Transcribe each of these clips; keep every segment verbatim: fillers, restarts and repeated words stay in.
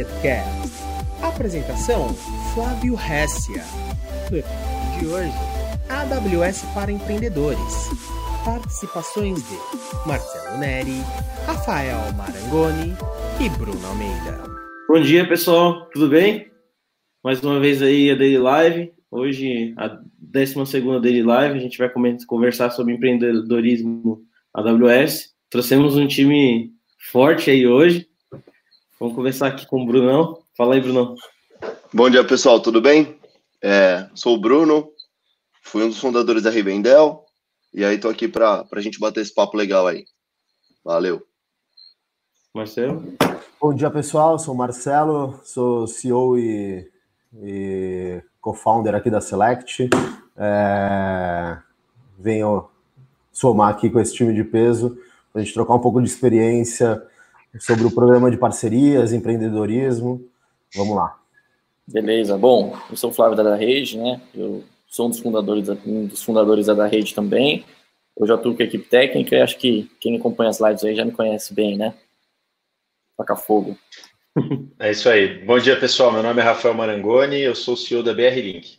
Marketcast. Apresentação: Flávio Hessia. No episódio de hoje, A W S para empreendedores. Participações de Marcelo Neri, Rafael Marangoni e Bruno Almeida. Bom dia, pessoal, tudo bem? Mais uma vez aí a Daily Live. Hoje, a décima segunda Daily Live, a gente vai conversar sobre empreendedorismo A W S. Trouxemos um time forte aí hoje. Vamos conversar aqui com o Brunão. Fala aí, Brunão. Bom dia, pessoal, tudo bem? É, sou o Bruno, fui um dos fundadores da Rivendell, e aí tô aqui para a gente bater esse papo legal aí. Valeu. Marcelo? Bom dia, pessoal, sou o Marcelo, sou C E O e, e co-founder aqui da Select. É, venho somar aqui com esse time de peso para a gente trocar um pouco de experiência sobre o programa de parcerias, empreendedorismo. Vamos lá. Beleza, bom, eu sou o Flávio da Rede, né? Eu sou um dos fundadores, um dos fundadores da Rede também. Eu já atuo com a equipe técnica e acho que quem acompanha as lives aí já me conhece bem, né? Toca fogo. É isso aí. Bom dia, pessoal. Meu nome é Rafael Marangoni, eu sou o C E O da B R Link.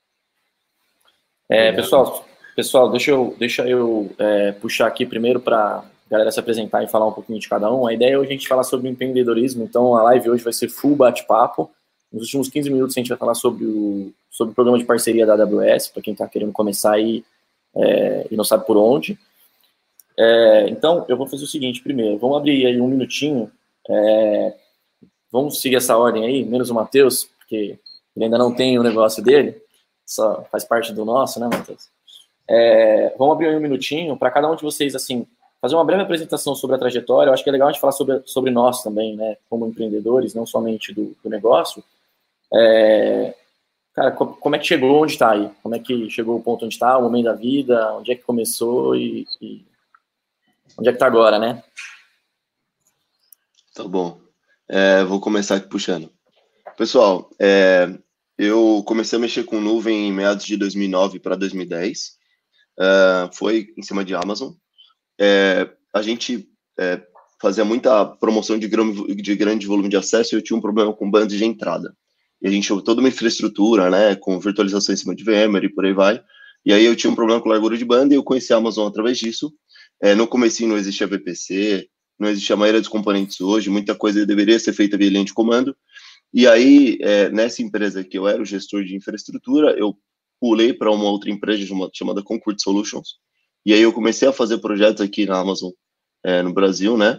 É, pessoal, pessoal, deixa eu, deixa eu é, puxar aqui primeiro para a galera se apresentar e falar um pouquinho de cada um. A ideia é hoje a gente falar sobre empreendedorismo, então a live hoje vai ser full bate-papo. Nos últimos quinze minutos a gente vai falar sobre o, sobre o programa de parceria da A W S, para quem está querendo começar aí é, e não sabe por onde. É, então, eu vou fazer o seguinte primeiro, vamos abrir aí um minutinho, é, vamos seguir essa ordem aí, menos o Matheus, porque ele ainda não tem o negócio dele, só faz parte do nosso, né, Matheus? É, vamos abrir aí um minutinho para cada um de vocês, assim, fazer uma breve apresentação sobre a trajetória. Eu acho que é legal a gente falar sobre, sobre nós também, né, como empreendedores, não somente do, do negócio. É, cara, co- como é que chegou onde está aí? Como é que chegou o ponto onde está, o momento da vida, onde é que começou e, e onde é que está agora, né? Tá bom. É, vou começar aqui puxando. Pessoal, é, eu comecei a mexer com nuvem em meados de dois mil e nove para dois mil e dez. É, foi em cima de Amazon. É, a gente é, fazia muita promoção de, gram, de grande volume de acesso e eu tinha um problema com bandas de entrada. E a gente tinha toda uma infraestrutura, né, com virtualização em cima de VMware e por aí vai. E aí eu tinha um problema com largura de banda e eu conheci a Amazon através disso. É, no comecinho não existia V P C, não existia a maioria dos componentes hoje, muita coisa deveria ser feita via linha de comando. E aí, é, nessa empresa que eu era o gestor de infraestrutura, eu pulei para uma outra empresa chamada Concord Solutions. E aí eu comecei a fazer projetos aqui na Amazon, é, no Brasil, né?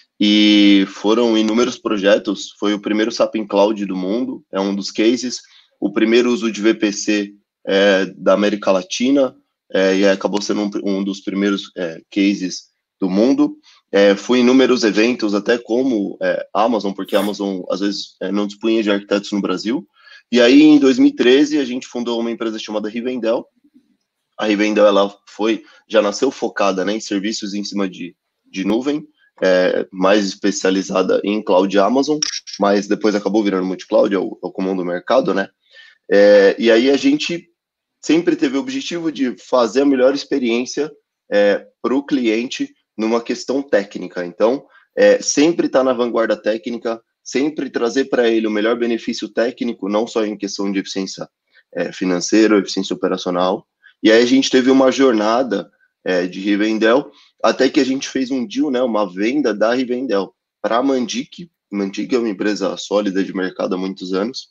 E foram inúmeros projetos. Foi o primeiro Sapin Cloud do mundo, é um dos cases. O primeiro uso de V P C é, da América Latina, é, e acabou sendo um, um dos primeiros é, cases do mundo. É, fui em inúmeros eventos, até como é, Amazon, porque a Amazon, às vezes, é, não dispunha de arquitetos no Brasil. E aí, em dois mil e treze, a gente fundou uma empresa chamada Rivendell. A Rivendell, ela foi, já nasceu focada, né, em serviços em cima de, de nuvem, é, mais especializada em cloud Amazon, mas depois acabou virando multi-cloud, é o, é o comum do mercado, né? É, e aí a gente sempre teve o objetivo de fazer a melhor experiência é, para o cliente numa questão técnica. Então, é, sempre estar tá na vanguarda técnica, sempre trazer para ele o melhor benefício técnico, não só em questão de eficiência é, financeira, eficiência operacional. E aí a gente teve uma jornada é, de Rivendell, até que a gente fez um deal, né, uma venda da Rivendell para a Mandic. Mandic é uma empresa sólida de mercado há muitos anos.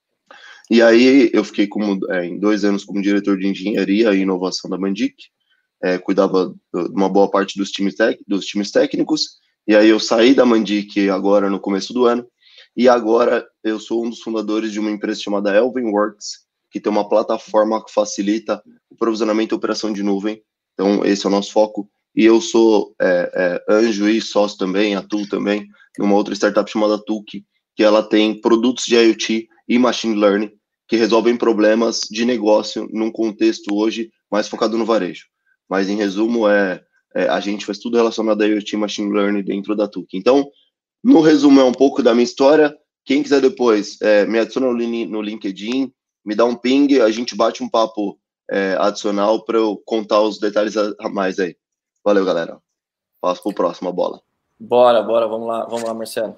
E aí eu fiquei como, é, em dois anos como diretor de engenharia e inovação da Mandic, é, cuidava de uma boa parte dos times, tec, dos times técnicos, e aí eu saí da Mandic agora no começo do ano, e agora eu sou um dos fundadores de uma empresa chamada Elvenworks, que tem uma plataforma que facilita o provisionamento e operação de nuvem. Então, esse é o nosso foco. E eu sou é, é, anjo e sócio também, atuo também, numa outra startup chamada Tuki, que ela tem produtos de IoT e Machine Learning, que resolvem problemas de negócio num contexto hoje mais focado no varejo. Mas, em resumo, é, é a gente faz tudo relacionado a IoT e Machine Learning dentro da Tuki. Então, no resumo, é um pouco da minha história. Quem quiser depois, é, me adiciona no LinkedIn, me dá um ping, a gente bate um papo é, adicional para eu contar os detalhes a, a mais aí. Valeu, galera. Passo pro próximo, a bola. Bora, bora, vamos lá, vamos lá, Marcelo.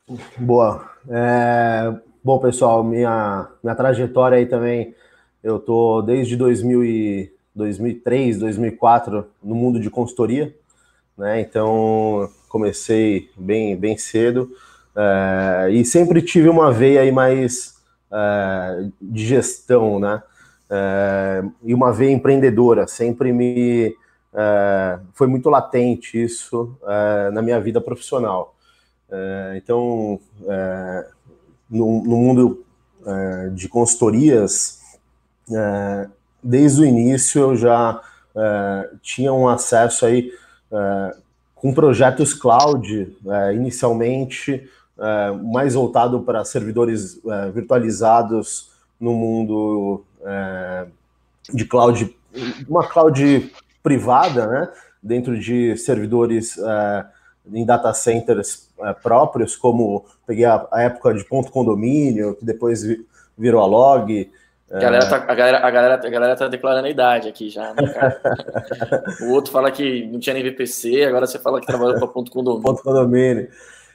Boa. É, bom, pessoal, minha, minha trajetória aí também, eu tô desde dois mil e, dois mil e três, dois mil e quatro no mundo de consultoria, né? Então, comecei bem, bem cedo é, e sempre tive uma veia aí mais é, de gestão, né? É, e uma veia empreendedora, sempre me... É, foi muito latente isso é, na minha vida profissional. É, então, é, no, no mundo é, de consultorias, é, desde o início eu já é, tinha um acesso aí é, com projetos cloud, é, inicialmente é, mais voltado para servidores é, virtualizados no mundo é, de cloud, uma cloud privada, né, dentro de servidores é, em data centers é, próprios, como peguei a, a época de ponto condomínio, que depois vi, virou a log. A galera, tá, a, galera, a, galera, a galera tá declarando a idade aqui já, né, cara? O outro fala que não tinha nem V P C, agora você fala que trabalhou para ponto condomínio. Ponto condomínio.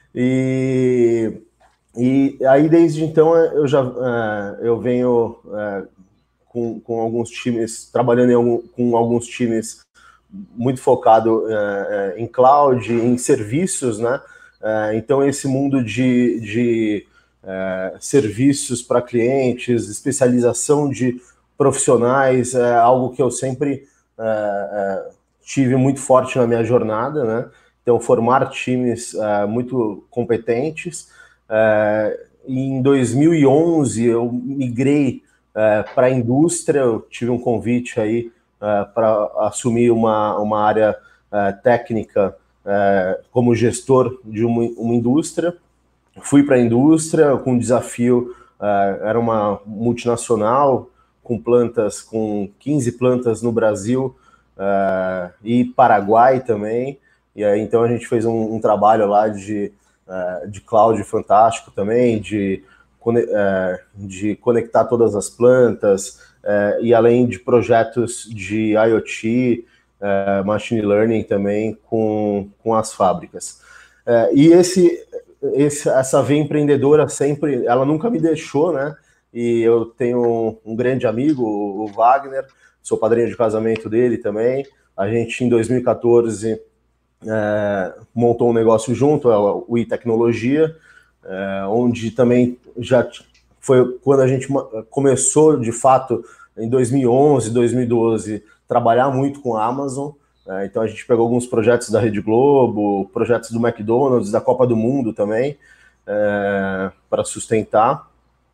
E, e aí, desde então, eu já eu venho com, com alguns times, trabalhando em algum, com alguns times muito focado uh, em cloud, em serviços, né? Uh, então, esse mundo de, de uh, serviços para clientes, especialização de profissionais, é algo que eu sempre uh, uh, tive muito forte na minha jornada, né? Então, formar times uh, muito competentes. Uh, em dois mil e onze, eu migrei uh, para a indústria, eu tive um convite aí Uh, para assumir uma, uma área uh, técnica uh, como gestor de uma, uma indústria. Fui para a indústria com um desafio, uh, era uma multinacional com plantas, com quinze plantas no Brasil uh, e Paraguai também. E aí, então a gente fez um, um trabalho lá de, uh, de cloud fantástico também, de, uh, de conectar todas as plantas, Uh, e além de projetos de IoT, uh, Machine Learning também com, com as fábricas. Uh, e esse, esse, essa veia empreendedora sempre, ela nunca me deixou, né? E eu tenho um, um grande amigo, o Wagner, sou padrinho de casamento dele também. A gente, em dois mil e quatorze, uh, montou um negócio junto, o iTecnologia, uh, onde também já... Foi quando a gente começou, de fato, em dois mil e onze, dois mil e doze, trabalhar muito com a Amazon. Né? Então, a gente pegou alguns projetos da Rede Globo, projetos do McDonald's, da Copa do Mundo também, é, para sustentar.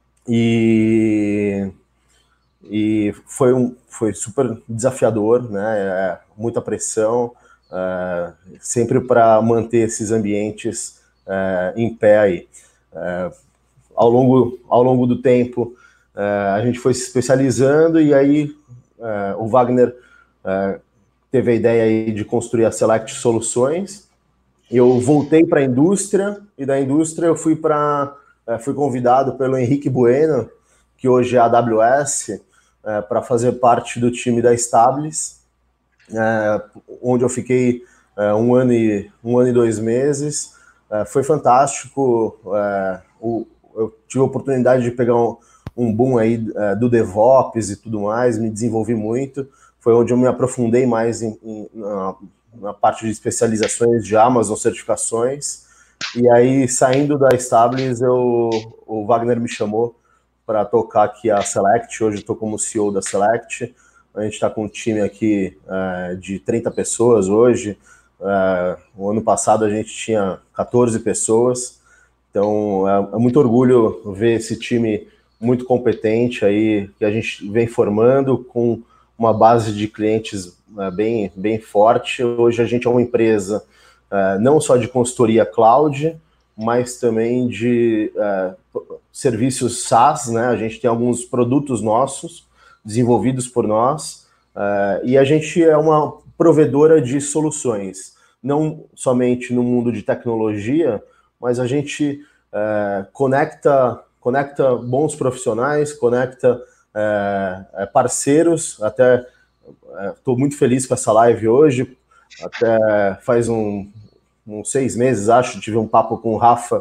E, e foi, um, foi super desafiador, né? É, muita pressão, é, sempre para manter esses ambientes é, em pé aí. É, Ao longo, ao longo do tempo, uh, a gente foi se especializando e aí uh, o Wagner uh, teve a ideia aí de construir a Select Soluções. Eu voltei para a indústria e da indústria eu fui para uh, fui convidado pelo Henrique Bueno, que hoje é a AWS, uh, para fazer parte do time da Stabilis, uh, onde eu fiquei uh, um ano e um ano e dois meses. Uh, foi fantástico. Uh, o Eu tive a oportunidade de pegar um, um boom aí uh, do DevOps e tudo mais, me desenvolvi muito. Foi onde eu me aprofundei mais em, em, na, na parte de especializações de Amazon, certificações. E aí, saindo da Stabilis, eu, o Wagner me chamou para tocar aqui a Select. Hoje eu estou como C E O da Select. A gente está com um time aqui uh, de trinta pessoas hoje. Uh, o ano passado a gente tinha quatorze pessoas. Então, é, é muito orgulho ver esse time muito competente aí, que a gente vem formando com uma base de clientes é, bem, bem forte. Hoje a gente é uma empresa é, não só de consultoria cloud, mas também de é, serviços SaaS, né? A gente tem alguns produtos nossos, desenvolvidos por nós, é, e a gente é uma provedora de soluções, não somente no mundo de tecnologia, mas a gente é, conecta, conecta bons profissionais, conecta é, parceiros. Até estou é, muito feliz com essa live hoje. Até faz um, uns seis meses, acho, tive um papo com o Rafa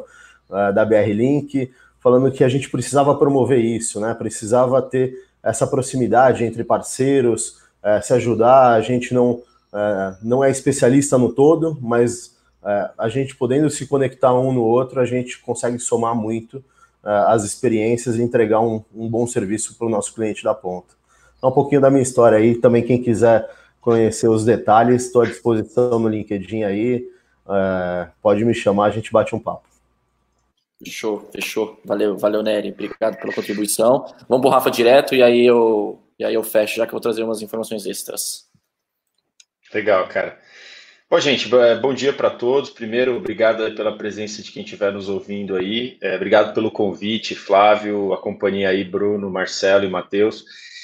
uh, da B R Link, falando que a gente precisava promover isso, né? Precisava ter essa proximidade entre parceiros, uh, se ajudar. A gente não, uh, não é especialista no todo, mas uh, a gente podendo se conectar um no outro, a gente consegue somar muito uh, as experiências e entregar um, um bom serviço para o nosso cliente da ponta. Então, um pouquinho da minha história aí. Também quem quiser conhecer os detalhes, estou à disposição no LinkedIn aí. Uh, pode me chamar, a gente bate um papo. Fechou, fechou. Valeu, valeu, Nery. Obrigado pela contribuição. Vamos pro Rafa direto e aí eu, e aí eu fecho, já que eu vou trazer umas informações extras. Legal, cara. Bom, gente, bom dia para todos. Primeiro, obrigado pela presença de quem estiver nos ouvindo aí. É, obrigado pelo convite, Flávio, a companhia aí, Bruno, Marcelo e Matheus.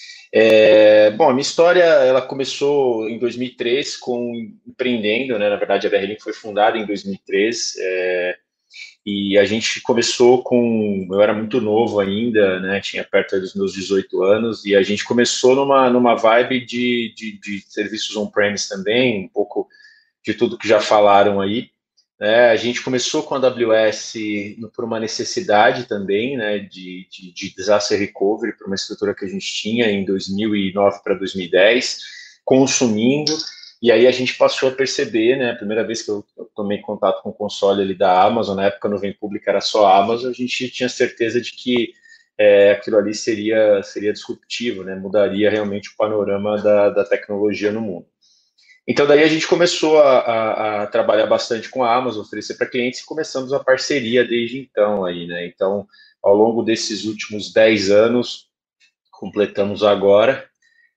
É, bom, a minha história, ela começou em dois mil e três com empreendendo, né? Na verdade, a B R Link foi fundada em dois mil e três, é, e a gente começou com, eu era muito novo ainda, né? Tinha perto dos meus dezoito anos, e a gente começou numa, numa vibe de, de, de serviços on-premise também, um pouco de tudo que já falaram aí. É, a gente começou com a A W S por uma necessidade também, né, de, de, de disaster recovery, para uma estrutura que a gente tinha em dois mil e nove para dois mil e dez, consumindo, e aí a gente passou a perceber, né, a primeira vez que eu, eu tomei contato com o console ali da Amazon, na época no Vem Pública era só a Amazon, a gente tinha certeza de que é, aquilo ali seria, seria disruptivo, né, mudaria realmente o panorama da, da tecnologia no mundo. Então, daí a gente começou a, a, a trabalhar bastante com a Amazon, oferecer para clientes, e começamos a parceria desde então aí, né? Então, ao longo desses últimos dez anos, completamos agora,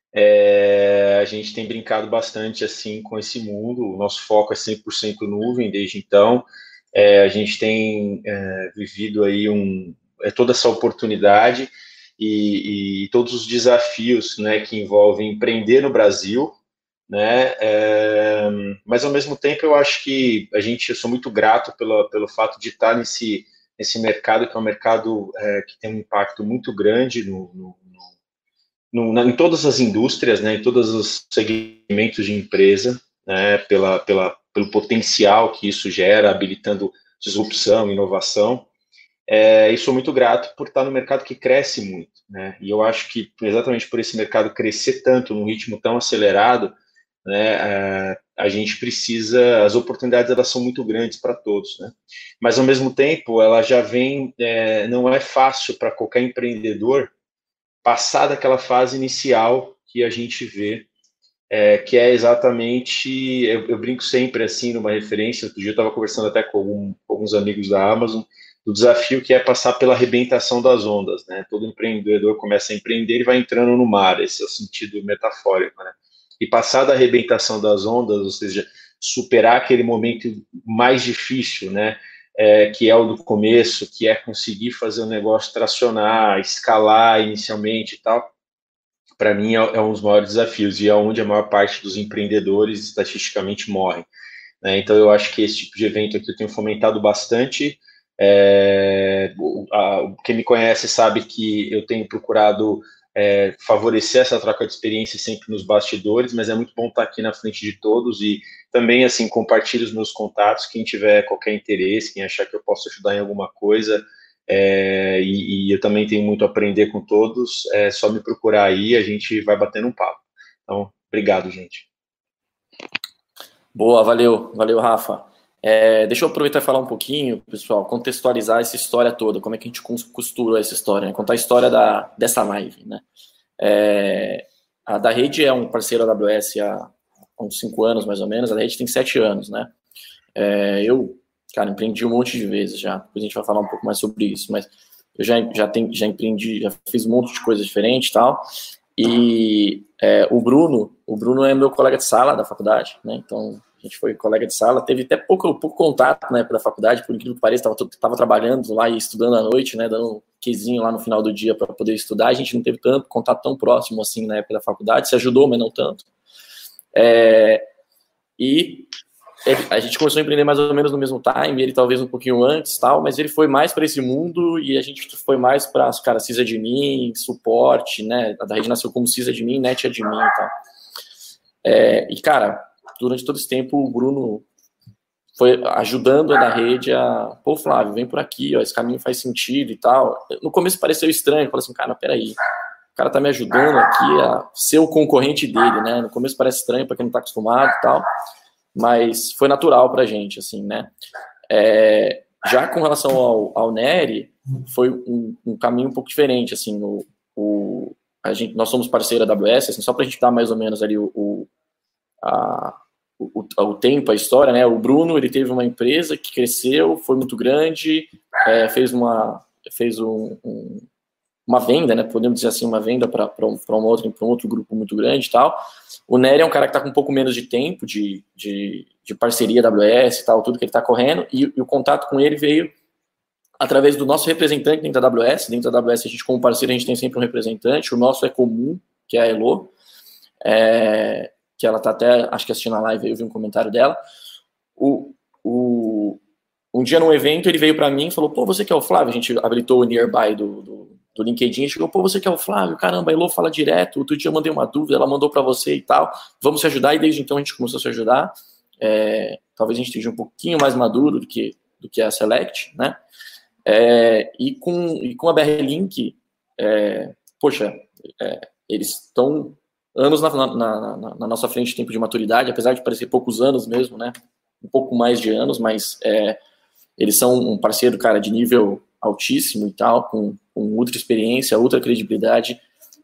é, a gente tem brincado bastante assim com esse mundo. O nosso foco é cem por cento nuvem desde então. É, a gente tem é, vivido aí um, é, toda essa oportunidade e, e todos os desafios, né, que envolvem empreender no Brasil, né, é, mas ao mesmo tempo eu acho que a gente, eu sou muito grato pelo, pelo fato de estar nesse, nesse mercado, que é um mercado é, que tem um impacto muito grande no, no, no, no, em todas as indústrias, né, em todos os segmentos de empresa, né, pela, pela, pelo potencial que isso gera, habilitando disrupção, inovação. É, e sou muito grato por estar no mercado que cresce muito, né, e eu acho que exatamente por esse mercado crescer tanto, num ritmo tão acelerado, né, a, a gente precisa, as oportunidades elas são muito grandes para todos, né, mas ao mesmo tempo ela já vem, é, não é fácil para qualquer empreendedor passar daquela fase inicial que a gente vê, é, que é exatamente, eu, eu brinco sempre assim numa referência, outro dia eu estava conversando até com algum, alguns amigos da Amazon, do desafio que é passar pela arrebentação das ondas, né, todo empreendedor começa a empreender e vai entrando no mar, esse é o sentido metafórico, né, e passar da arrebentação das ondas, ou seja, superar aquele momento mais difícil, né, é, que é o do começo, que é conseguir fazer o negócio tracionar, escalar inicialmente e tal, para mim é, é um dos maiores desafios, e é onde a maior parte dos empreendedores estatisticamente morrem, né, então eu acho que esse tipo de evento aqui eu tenho fomentado bastante. É, a, quem me conhece sabe que eu tenho procurado É, favorecer essa troca de experiência sempre nos bastidores, mas é muito bom estar aqui na frente de todos e também, assim, compartilho os meus contatos, quem tiver qualquer interesse, quem achar que eu posso ajudar em alguma coisa, é, e, e eu também tenho muito a aprender com todos, é só me procurar aí, a gente vai batendo um papo. Então, obrigado, gente. Boa, valeu, valeu, Rafa. É, deixa eu aproveitar e falar um pouquinho, pessoal, contextualizar essa história toda, como é que a gente costurou essa história, né? Contar a história da, dessa live, né? É, a da Rede é um parceiro da A W S há uns cinco anos, mais ou menos, a da Rede tem sete anos, né? É, eu, cara, empreendi um monte de vezes já, depois a gente vai falar um pouco mais sobre isso, mas eu já, já, tem, já empreendi, já fiz um monte de coisa diferente e tal, e é, o Bruno, o Bruno é meu colega de sala da faculdade, né? Então a gente foi colega de sala, teve até pouco, pouco contato na época da faculdade, por incrível que pareça, estava trabalhando lá e estudando à noite, né, dando um quezinho lá no final do dia para poder estudar. A gente não teve tanto contato tão próximo assim na época da faculdade, se ajudou, mas não tanto. É, e a gente começou a empreender mais ou menos no mesmo time, ele talvez um pouquinho antes, tal, mas ele foi mais para esse mundo e a gente foi mais para, cara, sysadmin, suporte, né, a da Rede nasceu como sysadmin, netadmin e tal. É, e, cara, durante todo esse tempo, o Bruno foi ajudando a da rede a, pô, Flávio, vem por aqui, ó, esse caminho faz sentido e tal. No começo pareceu estranho, eu falei assim, cara, peraí, o cara tá me ajudando aqui a ser o concorrente dele, né? No começo parece estranho para quem não tá acostumado e tal, mas foi natural pra gente, assim, né? É, já com relação ao, ao Nery, foi um, um caminho um pouco diferente, assim, o, o, a gente, nós somos parceiro da A W S, assim, só pra gente dar mais ou menos ali o, o a O, o tempo, a história, né? O Bruno, ele teve uma empresa que cresceu, foi muito grande, é, fez uma fez um, um, uma venda, né? Podemos dizer assim, uma venda para um, um, outro, um outro grupo muito grande e tal. O Nery é um cara que está com um pouco menos de tempo de, de, de parceria da A W S e tal, tudo que ele está correndo, e, e o contato com ele veio através do nosso representante dentro da A W S. Dentro da A W S, a gente, como parceiro, a gente tem sempre um representante, o nosso é comum, que é a Elo. É, que ela tá até, acho que assistindo a live, eu vi um comentário dela. O, o, um dia num evento, ele veio para mim e falou, pô, você que é o Flávio? A gente habilitou o Nearby do, do, do LinkedIn, e chegou, pô, você que é o Flávio? Caramba, a Elo fala direto, outro dia eu mandei uma dúvida, ela mandou para você e tal, vamos se ajudar, e desde então a gente começou a se ajudar. É, talvez a gente esteja um pouquinho mais maduro do que, do que a Select, né? É, e, com, e com a B R Link, é, poxa, é, eles estão anos na, na, na, na nossa frente de tempo de maturidade, apesar de parecer poucos anos mesmo, né? Um pouco mais de anos, mas é, eles são um parceiro, cara, de nível altíssimo e tal, com, com ultra experiência, ultra credibilidade.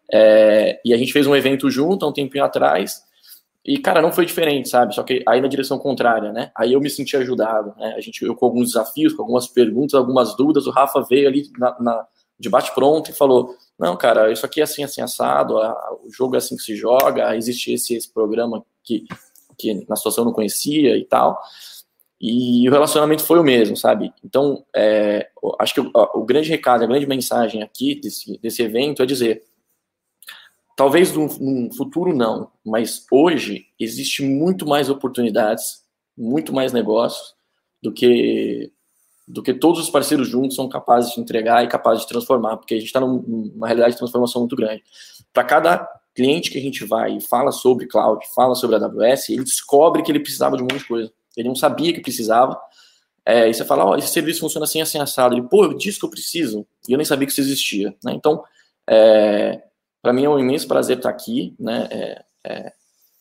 É, e a gente fez um evento junto há um tempinho atrás, e, cara, não foi diferente, sabe? Só que aí na direção contrária, né? Aí eu me senti ajudado, né? A gente, eu com alguns desafios, com algumas perguntas, algumas dúvidas, o Rafa veio ali na, na, de bate-pronto e falou, não, cara, isso aqui é assim, assim, assado, a, o jogo é assim que se joga, existe esse, esse programa que, que na situação eu não conhecia e tal, e o relacionamento foi o mesmo, sabe? Então, é, acho que o, o grande recado, a grande mensagem aqui desse, desse evento é dizer, talvez num, num futuro não, mas hoje existe muito mais oportunidades, muito mais negócios do que... do que todos os parceiros juntos são capazes de entregar e capazes de transformar, porque a gente está numa realidade de transformação muito grande. Para cada cliente que a gente vai e fala sobre cloud, fala sobre a AWS, ele descobre que ele precisava de um monte de coisa. Ele não sabia que precisava. É, e você fala, ó, oh, esse serviço funciona assim, assim, assado. Ele, pô, eu disse que eu preciso, e eu nem sabia que isso existia. Né? Então, é, para mim é um imenso prazer estar aqui, né? É, é,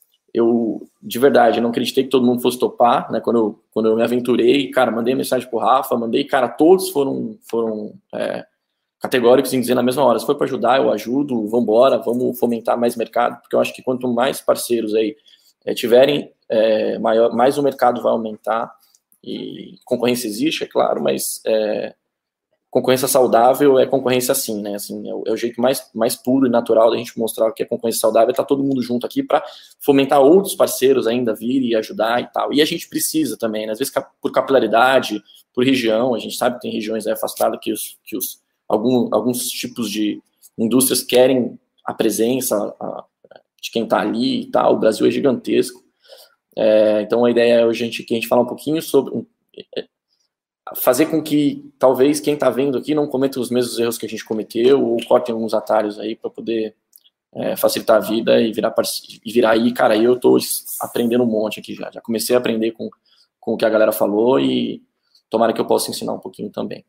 eu, de verdade, não acreditei que todo mundo fosse topar, né, quando eu, quando eu me aventurei, cara, mandei mensagem pro Rafa, mandei, cara, todos foram, foram é, categóricos em dizer na mesma hora, se for para ajudar, eu ajudo, vambora, vamos fomentar mais mercado, porque eu acho que quanto mais parceiros aí é, tiverem, é, maior, mais o mercado vai aumentar, e concorrência existe, é claro, mas é, concorrência saudável é concorrência assim, né? Assim, é o, é o jeito mais, mais puro e natural da gente mostrar o que é concorrência saudável, tá todo mundo junto aqui para fomentar outros parceiros ainda vir e ajudar e tal. E a gente precisa também, né? Às vezes por capilaridade, por região, a gente sabe que tem regiões aí afastadas que, os, que os, algum, alguns tipos de indústrias querem a presença a, de quem tá ali e tal. O Brasil é gigantesco. É, então a ideia é hoje a gente, que a gente fala um pouquinho sobre... Um, é, fazer com que talvez quem está vendo aqui não cometa os mesmos erros que a gente cometeu ou cortem alguns atalhos aí para poder é, facilitar a vida e virar, e virar aí, cara, eu estou aprendendo um monte aqui já, já comecei a aprender com, com o que a galera falou e tomara que eu possa ensinar um pouquinho também.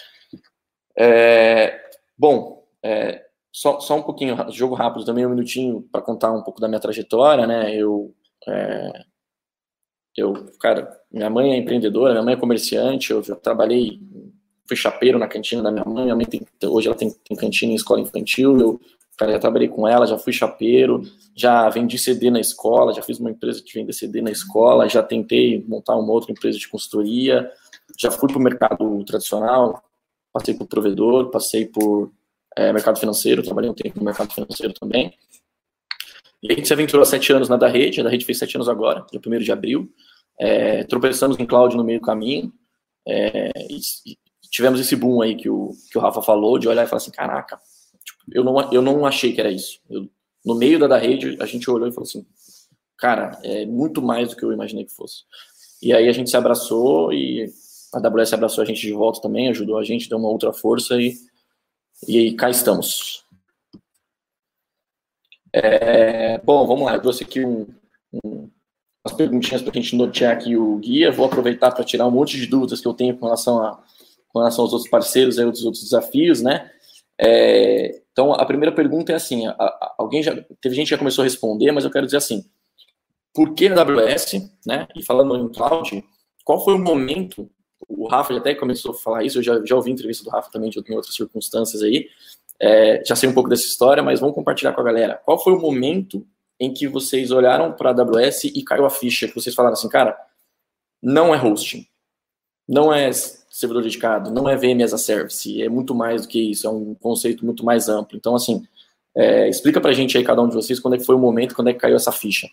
É, bom, é, só, só um pouquinho, jogo rápido também, um minutinho para contar um pouco da minha trajetória, né, eu... É, Eu, cara, minha mãe é empreendedora, minha mãe é comerciante, eu já trabalhei, fui chapeiro na cantina da minha mãe, minha mãe tem, hoje ela tem, tem cantina em escola infantil, eu, cara, já trabalhei com ela, já fui chapeiro, já vendi C D na escola, já fiz uma empresa de vender C D na escola, já tentei montar uma outra empresa de consultoria, já fui para o mercado tradicional, passei por provedor, passei por é, mercado financeiro, trabalhei um tempo no mercado financeiro também. E a gente se aventurou há sete anos na da rede, a da rede fez sete anos agora, dia primeiro de abril. É, tropeçamos em cloud no meio do caminho. É, e, e tivemos esse boom aí que o, que o Rafa falou, de olhar e falar assim, caraca, tipo, eu, não, eu não achei que era isso. Eu, no meio da da rede, a gente olhou e falou assim, cara, é muito mais do que eu imaginei que fosse. E aí a gente se abraçou e a A W S abraçou a gente de volta também, ajudou a gente, deu uma outra força e, e aí cá estamos. É, bom, vamos lá, eu trouxe aqui um, um, umas perguntinhas para a gente nortear aqui o guia. Vou aproveitar para tirar um monte de dúvidas que eu tenho com relação, a, com relação aos outros parceiros e outros, outros desafios, né? É, então, a primeira pergunta é assim, a, a, alguém já, teve gente que já começou a responder, mas eu quero dizer assim, por que a A W S, né? E falando em cloud, qual foi o momento, o Rafa já até começou a falar isso, eu já, já ouvi a entrevista do Rafa também de em outras circunstâncias aí, é, já sei um pouco dessa história, mas vamos compartilhar com a galera. Qual foi o momento em que vocês olharam para a A W S e caiu a ficha, que vocês falaram assim, cara, não é hosting, não é servidor dedicado, não é V M as a Service, é muito mais do que isso, é um conceito muito mais amplo. Então, assim, é, explica pra gente aí, cada um de vocês, quando é que foi o momento, quando é que caiu essa ficha.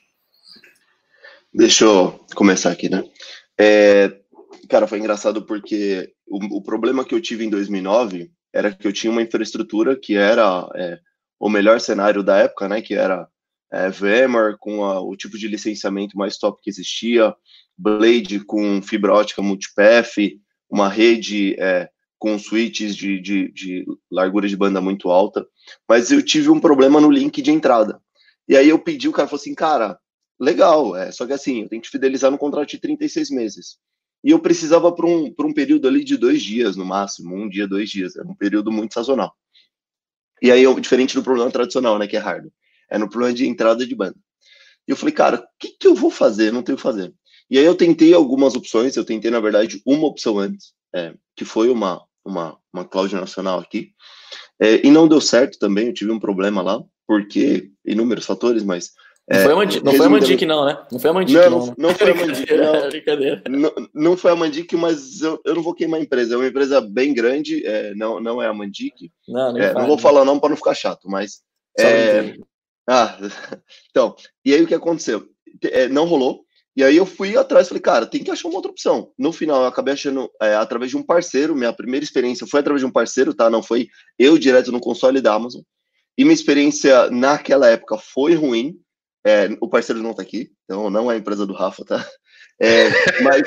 Deixa eu começar aqui, né? É, cara, foi engraçado porque o, o problema que eu tive em dois mil e nove era que eu tinha uma infraestrutura que era é, o melhor cenário da época, né? Que era é, VMware com a, o tipo de licenciamento mais top que existia, Blade com fibra ótica multipath, uma rede é, com switches de, de, de largura de banda muito alta, mas eu tive um problema no link de entrada. E aí eu pedi, o cara falou assim, cara, legal, é, só que assim, eu tenho que fidelizar no contrato de trinta e seis meses. E eu precisava para um, para um período ali de dois dias, no máximo, um dia, dois dias, era um período muito sazonal. E aí, eu, diferente do problema tradicional, né, que é hardware, é no problema de entrada de banda. E eu falei, cara, o que, que eu vou fazer? Não tenho o que fazer. E aí eu tentei algumas opções, eu tentei, na verdade, uma opção antes, é, que foi uma, uma, uma cloud nacional aqui, é, e não deu certo também, eu tive um problema lá, porque, inúmeros fatores, mas... Não é, foi a Mandic, não, foi a Mandic, não, né? Não foi a Mandic, não. Não, não, não foi a Mandic, não. Brincadeira. Não, não foi a Mandic, mas eu, eu não vou queimar a empresa, é uma empresa bem grande, é, não, não é a Mandic. Não, é, não vou falar não para não ficar chato, mas... É, ah, então, e aí o que aconteceu? É, não rolou. E aí eu fui atrás, falei, cara, tem que achar uma outra opção. No final, eu acabei achando, é, através de um parceiro, minha primeira experiência foi através de um parceiro, tá? Não foi eu direto no console da Amazon. E minha experiência naquela época foi ruim. É, o parceiro não tá aqui, então não é a empresa do Rafa, tá? É, mas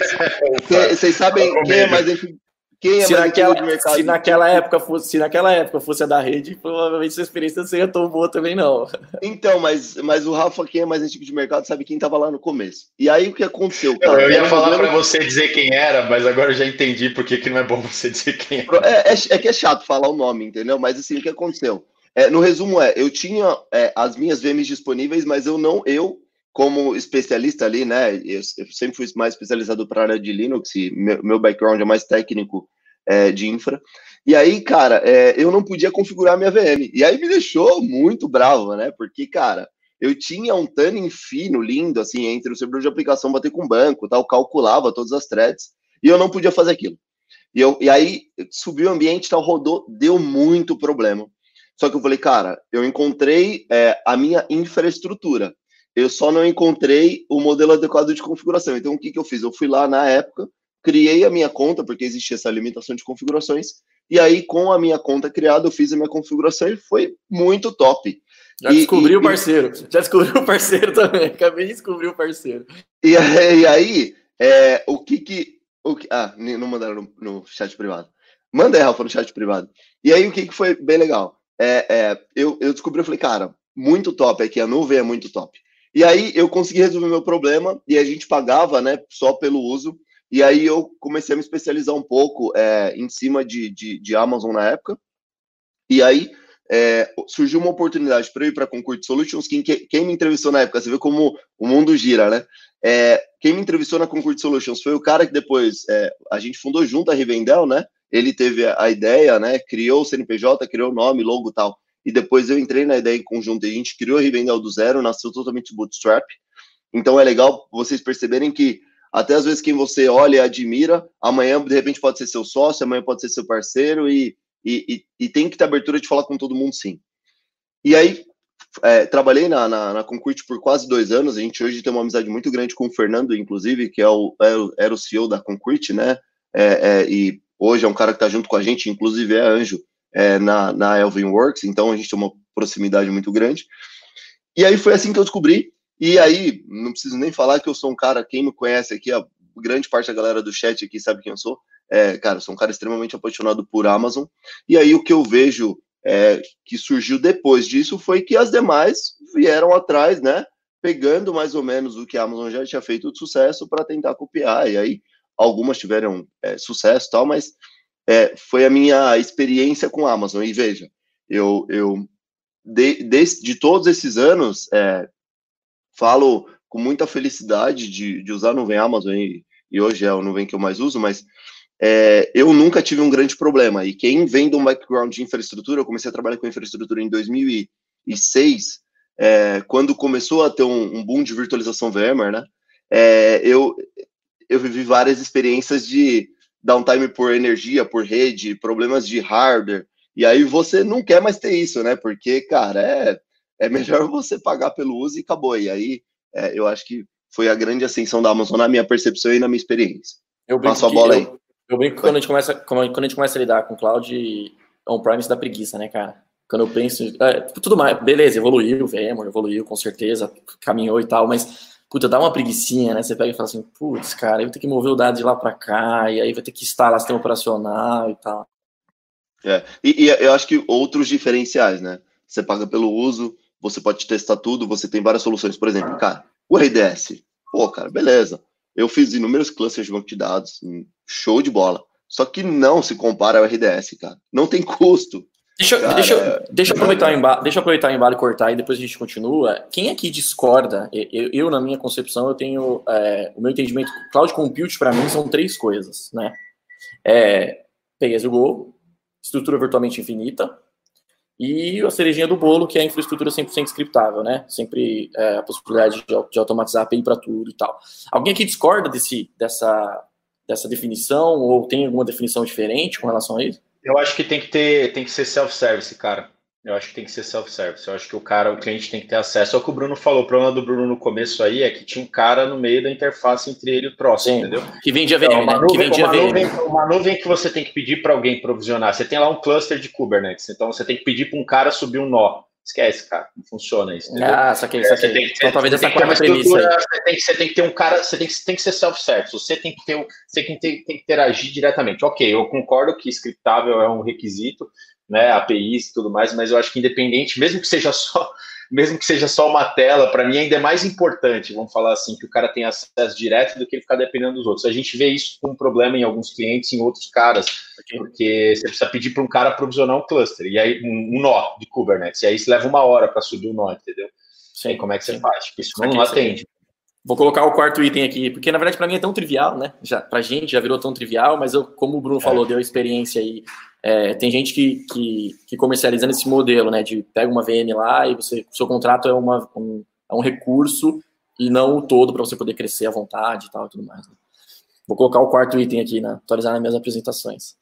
vocês sabem quem é mais... Quem é se, mais naquela, de mercado se, naquela época fosse, se naquela época fosse a da rede, provavelmente sua experiência não seria tão boa também, não. Então, mas, mas o Rafa, quem é mais antigo de mercado, sabe quem estava lá no começo. E aí o que aconteceu? Cara? Eu ia falar para você dizer quem era, mas agora eu já entendi por que, que não é bom você dizer quem era. É, é, é que é chato falar o nome, entendeu? Mas assim, o que aconteceu? É, no resumo é, eu tinha é, as minhas V Ms disponíveis, mas eu não, eu, como especialista ali, né? Eu, eu sempre fui mais especializado para a área de Linux, e meu, meu background é mais técnico. É, de infra, e aí, cara, é, eu não podia configurar minha V M, e aí me deixou muito bravo, né, porque, cara, eu tinha um tuning fino, lindo, assim, entre o servidor de aplicação bater com o banco, tal, calculava todas as threads, e eu não podia fazer aquilo, e, eu, e aí, subiu o ambiente, tal, rodou, deu muito problema, só que eu falei, cara, eu encontrei é, a minha infraestrutura, eu só não encontrei o modelo adequado de configuração, então o que que eu fiz? Eu fui lá na época, criei a minha conta, porque existia essa limitação de configurações, e aí, com a minha conta criada, eu fiz a minha configuração e foi muito top. Já e, descobri e, o parceiro, e... já descobri o parceiro também, acabei de descobrir o parceiro. E, e aí, é, o que que... O que ah, não mandaram no, no chat privado. Manda aí, Rafa, no chat privado. E aí, o que que foi bem legal? É, é, eu, eu descobri, eu falei, cara, muito top, aqui a nuvem é muito top. E aí, eu consegui resolver meu problema, e a gente pagava, né, só pelo uso. E aí eu comecei a me especializar um pouco é, em cima de, de, de Amazon na época. E aí é, surgiu uma oportunidade para eu ir para a Concurrent Solutions. Quem, quem me entrevistou na época, você vê como o mundo gira, né? É, quem me entrevistou na Concurrent Solutions foi o cara que depois é, a gente fundou junto a Rivendell, né? Ele teve a ideia, né? Criou o C N P J, criou o nome, logo e tal. E depois eu entrei na ideia em conjunto e a gente criou a Rivendell do zero, nasceu totalmente bootstrap. Então é legal vocês perceberem que até às vezes quem você olha e admira, amanhã de repente pode ser seu sócio, amanhã pode ser seu parceiro, e, e, e, e tem que ter abertura de falar com todo mundo, sim. E aí, é, trabalhei na, na, na Concurrent por quase dois anos, a gente hoje tem uma amizade muito grande com o Fernando, inclusive, que é o, é, era o C E O da Concurrent, né, é, é, e hoje é um cara que está junto com a gente, inclusive é anjo é, na, na Elvin Works, então a gente tem uma proximidade muito grande. E aí foi assim que eu descobri. E aí, não preciso nem falar que eu sou um cara, quem me conhece aqui, a grande parte da galera do chat aqui sabe quem eu sou. É, cara, eu sou um cara extremamente apaixonado por Amazon. E aí o que eu vejo é, que surgiu depois disso foi que as demais vieram atrás, né? pegando mais ou menos o que a Amazon já tinha feito de sucesso para tentar copiar. E aí, algumas tiveram é, sucesso e tal, mas é, foi a minha experiência com a Amazon. E veja, eu, eu de, de, de todos esses anos, é, falo com muita felicidade de, de usar a nuvem Amazon, e, e hoje é a nuvem que eu mais uso, mas é, eu nunca tive um grande problema. E quem vem de um background de infraestrutura, eu comecei a trabalhar com infraestrutura em dois mil e seis, é, quando começou a ter um, um boom de virtualização VMware, né? É, eu, eu vivi várias experiências de downtime por energia, por rede, problemas de hardware, e aí você não quer mais ter isso, né? Porque, cara, é, é melhor você pagar pelo uso e acabou. E aí, é, eu acho que foi a grande ascensão da Amazon na minha percepção e na minha experiência. Eu brinco Passa a bola aí. Eu, eu brinco que quando a, gente começa, quando a gente começa a lidar com cloud on-premise dá preguiça, né, cara? Quando eu penso... É, tudo mais, beleza, evoluiu, o VMware evoluiu, com certeza, caminhou e tal, mas... Puta, dá uma preguicinha, né? Você pega e fala assim, putz, cara, eu vou ter que mover o dado de lá para cá, e aí vai ter que instalar sistema operacional e tal. É, e, e eu acho que outros diferenciais, né? Você paga pelo uso, você pode testar tudo, você tem várias soluções. Por exemplo, cara, o R D S. Pô, cara, beleza. Eu fiz inúmeros clusters de banco de dados, show de bola. Só que não se compara ao R D S, cara. Não tem custo. Deixa, cara, deixa, é... deixa, eu aproveitar o embalo, deixa eu aproveitar o embalo e cortar e depois a gente continua. Quem aqui discorda? Eu, eu na minha concepção, eu tenho é, o meu entendimento. Cloud Compute, para mim, são três coisas, né? É, pay as you go, estrutura virtualmente infinita e a cerejinha do bolo, que é a infraestrutura cem por cento scriptável, né? Sempre é, a possibilidade de, de automatizar a A P I para tudo e tal. Alguém aqui discorda desse, dessa, dessa definição ou tem alguma definição diferente com relação a isso? Eu acho que tem que ter, tem que ser self-service, cara. Eu acho que tem que ser self-service. Eu acho que o cara, o cliente tem que ter acesso. É o que o Bruno falou. O problema do Bruno no começo aí é que tinha um cara no meio da interface entre ele e o troço, Sim, entendeu? Que vendia V M, então, né? Nuvem, que vendia uma, V M. nuvem, uma nuvem que você tem que pedir para alguém provisionar. Você tem lá um cluster de Kubernetes. Então você tem que pedir para um cara subir um nó. Esquece, cara. Não funciona isso, entendeu? Ah, saquei, saquei. Você tem que, então, você, talvez você essa quarta premissa aí. Você tem, você tem que ter um cara, você tem, tem que ser self-service, você tem que ter, você tem que, ter, tem que interagir diretamente. Ok, eu concordo que scriptável é um requisito, né, A P Is e tudo mais, mas eu acho que independente, mesmo que seja só, mesmo que seja só uma tela, para mim ainda é mais importante, vamos falar assim, que o cara tenha acesso direto do que ele ficar dependendo dos outros. A gente vê isso com um problema em alguns clientes, em outros caras, porque você precisa pedir para um cara provisionar um cluster, e aí um, um nó de Kubernetes, e aí você leva uma hora para subir o nó, entendeu? Sim, como é que você sim. faz? Isso não, não atende. Vou colocar o quarto item aqui, porque na verdade para mim é tão trivial, né? Já, pra gente já virou tão trivial, mas eu, como o Bruno é. falou, deu experiência aí. É, tem gente que, que, que comercializa nesse modelo, né? De pega uma V M lá e você, o seu contrato é, uma, um, é um recurso e não o todo para você poder crescer à vontade e tal e tudo mais. Né? Vou colocar o quarto item aqui, né? Atualizar nas minhas apresentações.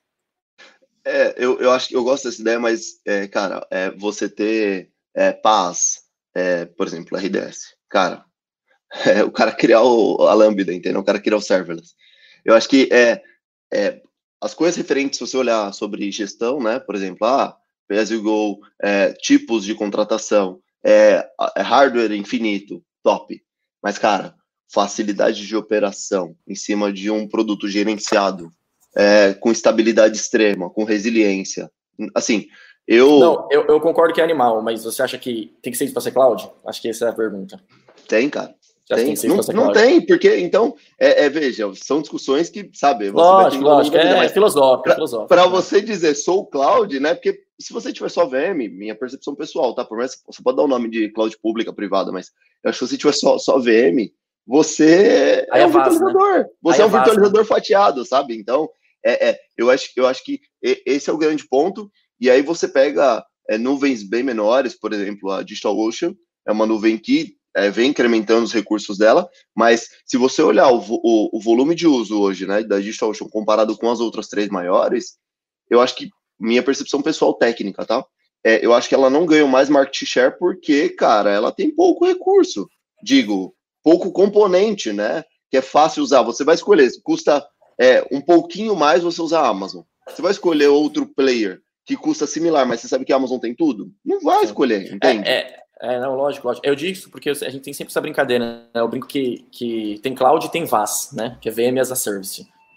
É, eu, eu acho que eu gosto dessa ideia, mas, é, cara, é, você ter é, paz, é, por exemplo, R D S, cara. É, o cara criar o, a Lambda, entendeu? O cara criar o serverless. Eu acho que é, é, as coisas referentes, se você olhar sobre gestão, né? Por exemplo, ah, pay as you go, é, tipos de contratação, é, é hardware infinito, top. Mas, cara, facilidade de operação em cima de um produto gerenciado, é, com estabilidade extrema, com resiliência. Assim, eu... Não, eu, eu concordo que é animal, mas você acha que tem que ser isso para ser cloud? Acho que essa é a pergunta. Tem, cara. Tem, tem, não, não tem, porque, então, é, é, veja, são discussões que, sabe, você lógico, vai lógico, é, é filosófico, é filosófico. Para você dizer sou cloud, né, porque se você tiver só V M, minha percepção pessoal, tá, por mais que você pode dar o nome de cloud pública, privada, mas eu acho que se você tiver só, só V M, você Aí é um vaso, virtualizador, né? você Aí é um vaso, virtualizador né? fatiado, sabe, então, é, é, eu, acho, eu acho que esse é o grande ponto, e aí você pega é, nuvens bem menores, por exemplo, a DigitalOcean, é uma nuvem que É, vem incrementando os recursos dela, mas se você olhar o, o, o volume de uso hoje, né, da DigitalOcean comparado com as outras três maiores, eu acho que, minha percepção pessoal técnica, tá? É, eu acho que ela não ganha mais market share porque, cara, ela tem pouco recurso, digo, pouco componente, né, que é fácil usar. Você vai escolher, custa é, um pouquinho mais você usar a Amazon. Você vai escolher outro player que custa similar, mas você sabe que a Amazon tem tudo? Não vai escolher, entende? É, é... É, não, lógico, lógico. Eu digo isso porque a gente tem sempre essa brincadeira, né? Eu brinco que, que tem cloud e tem V A S, né? Que é V M as a Service.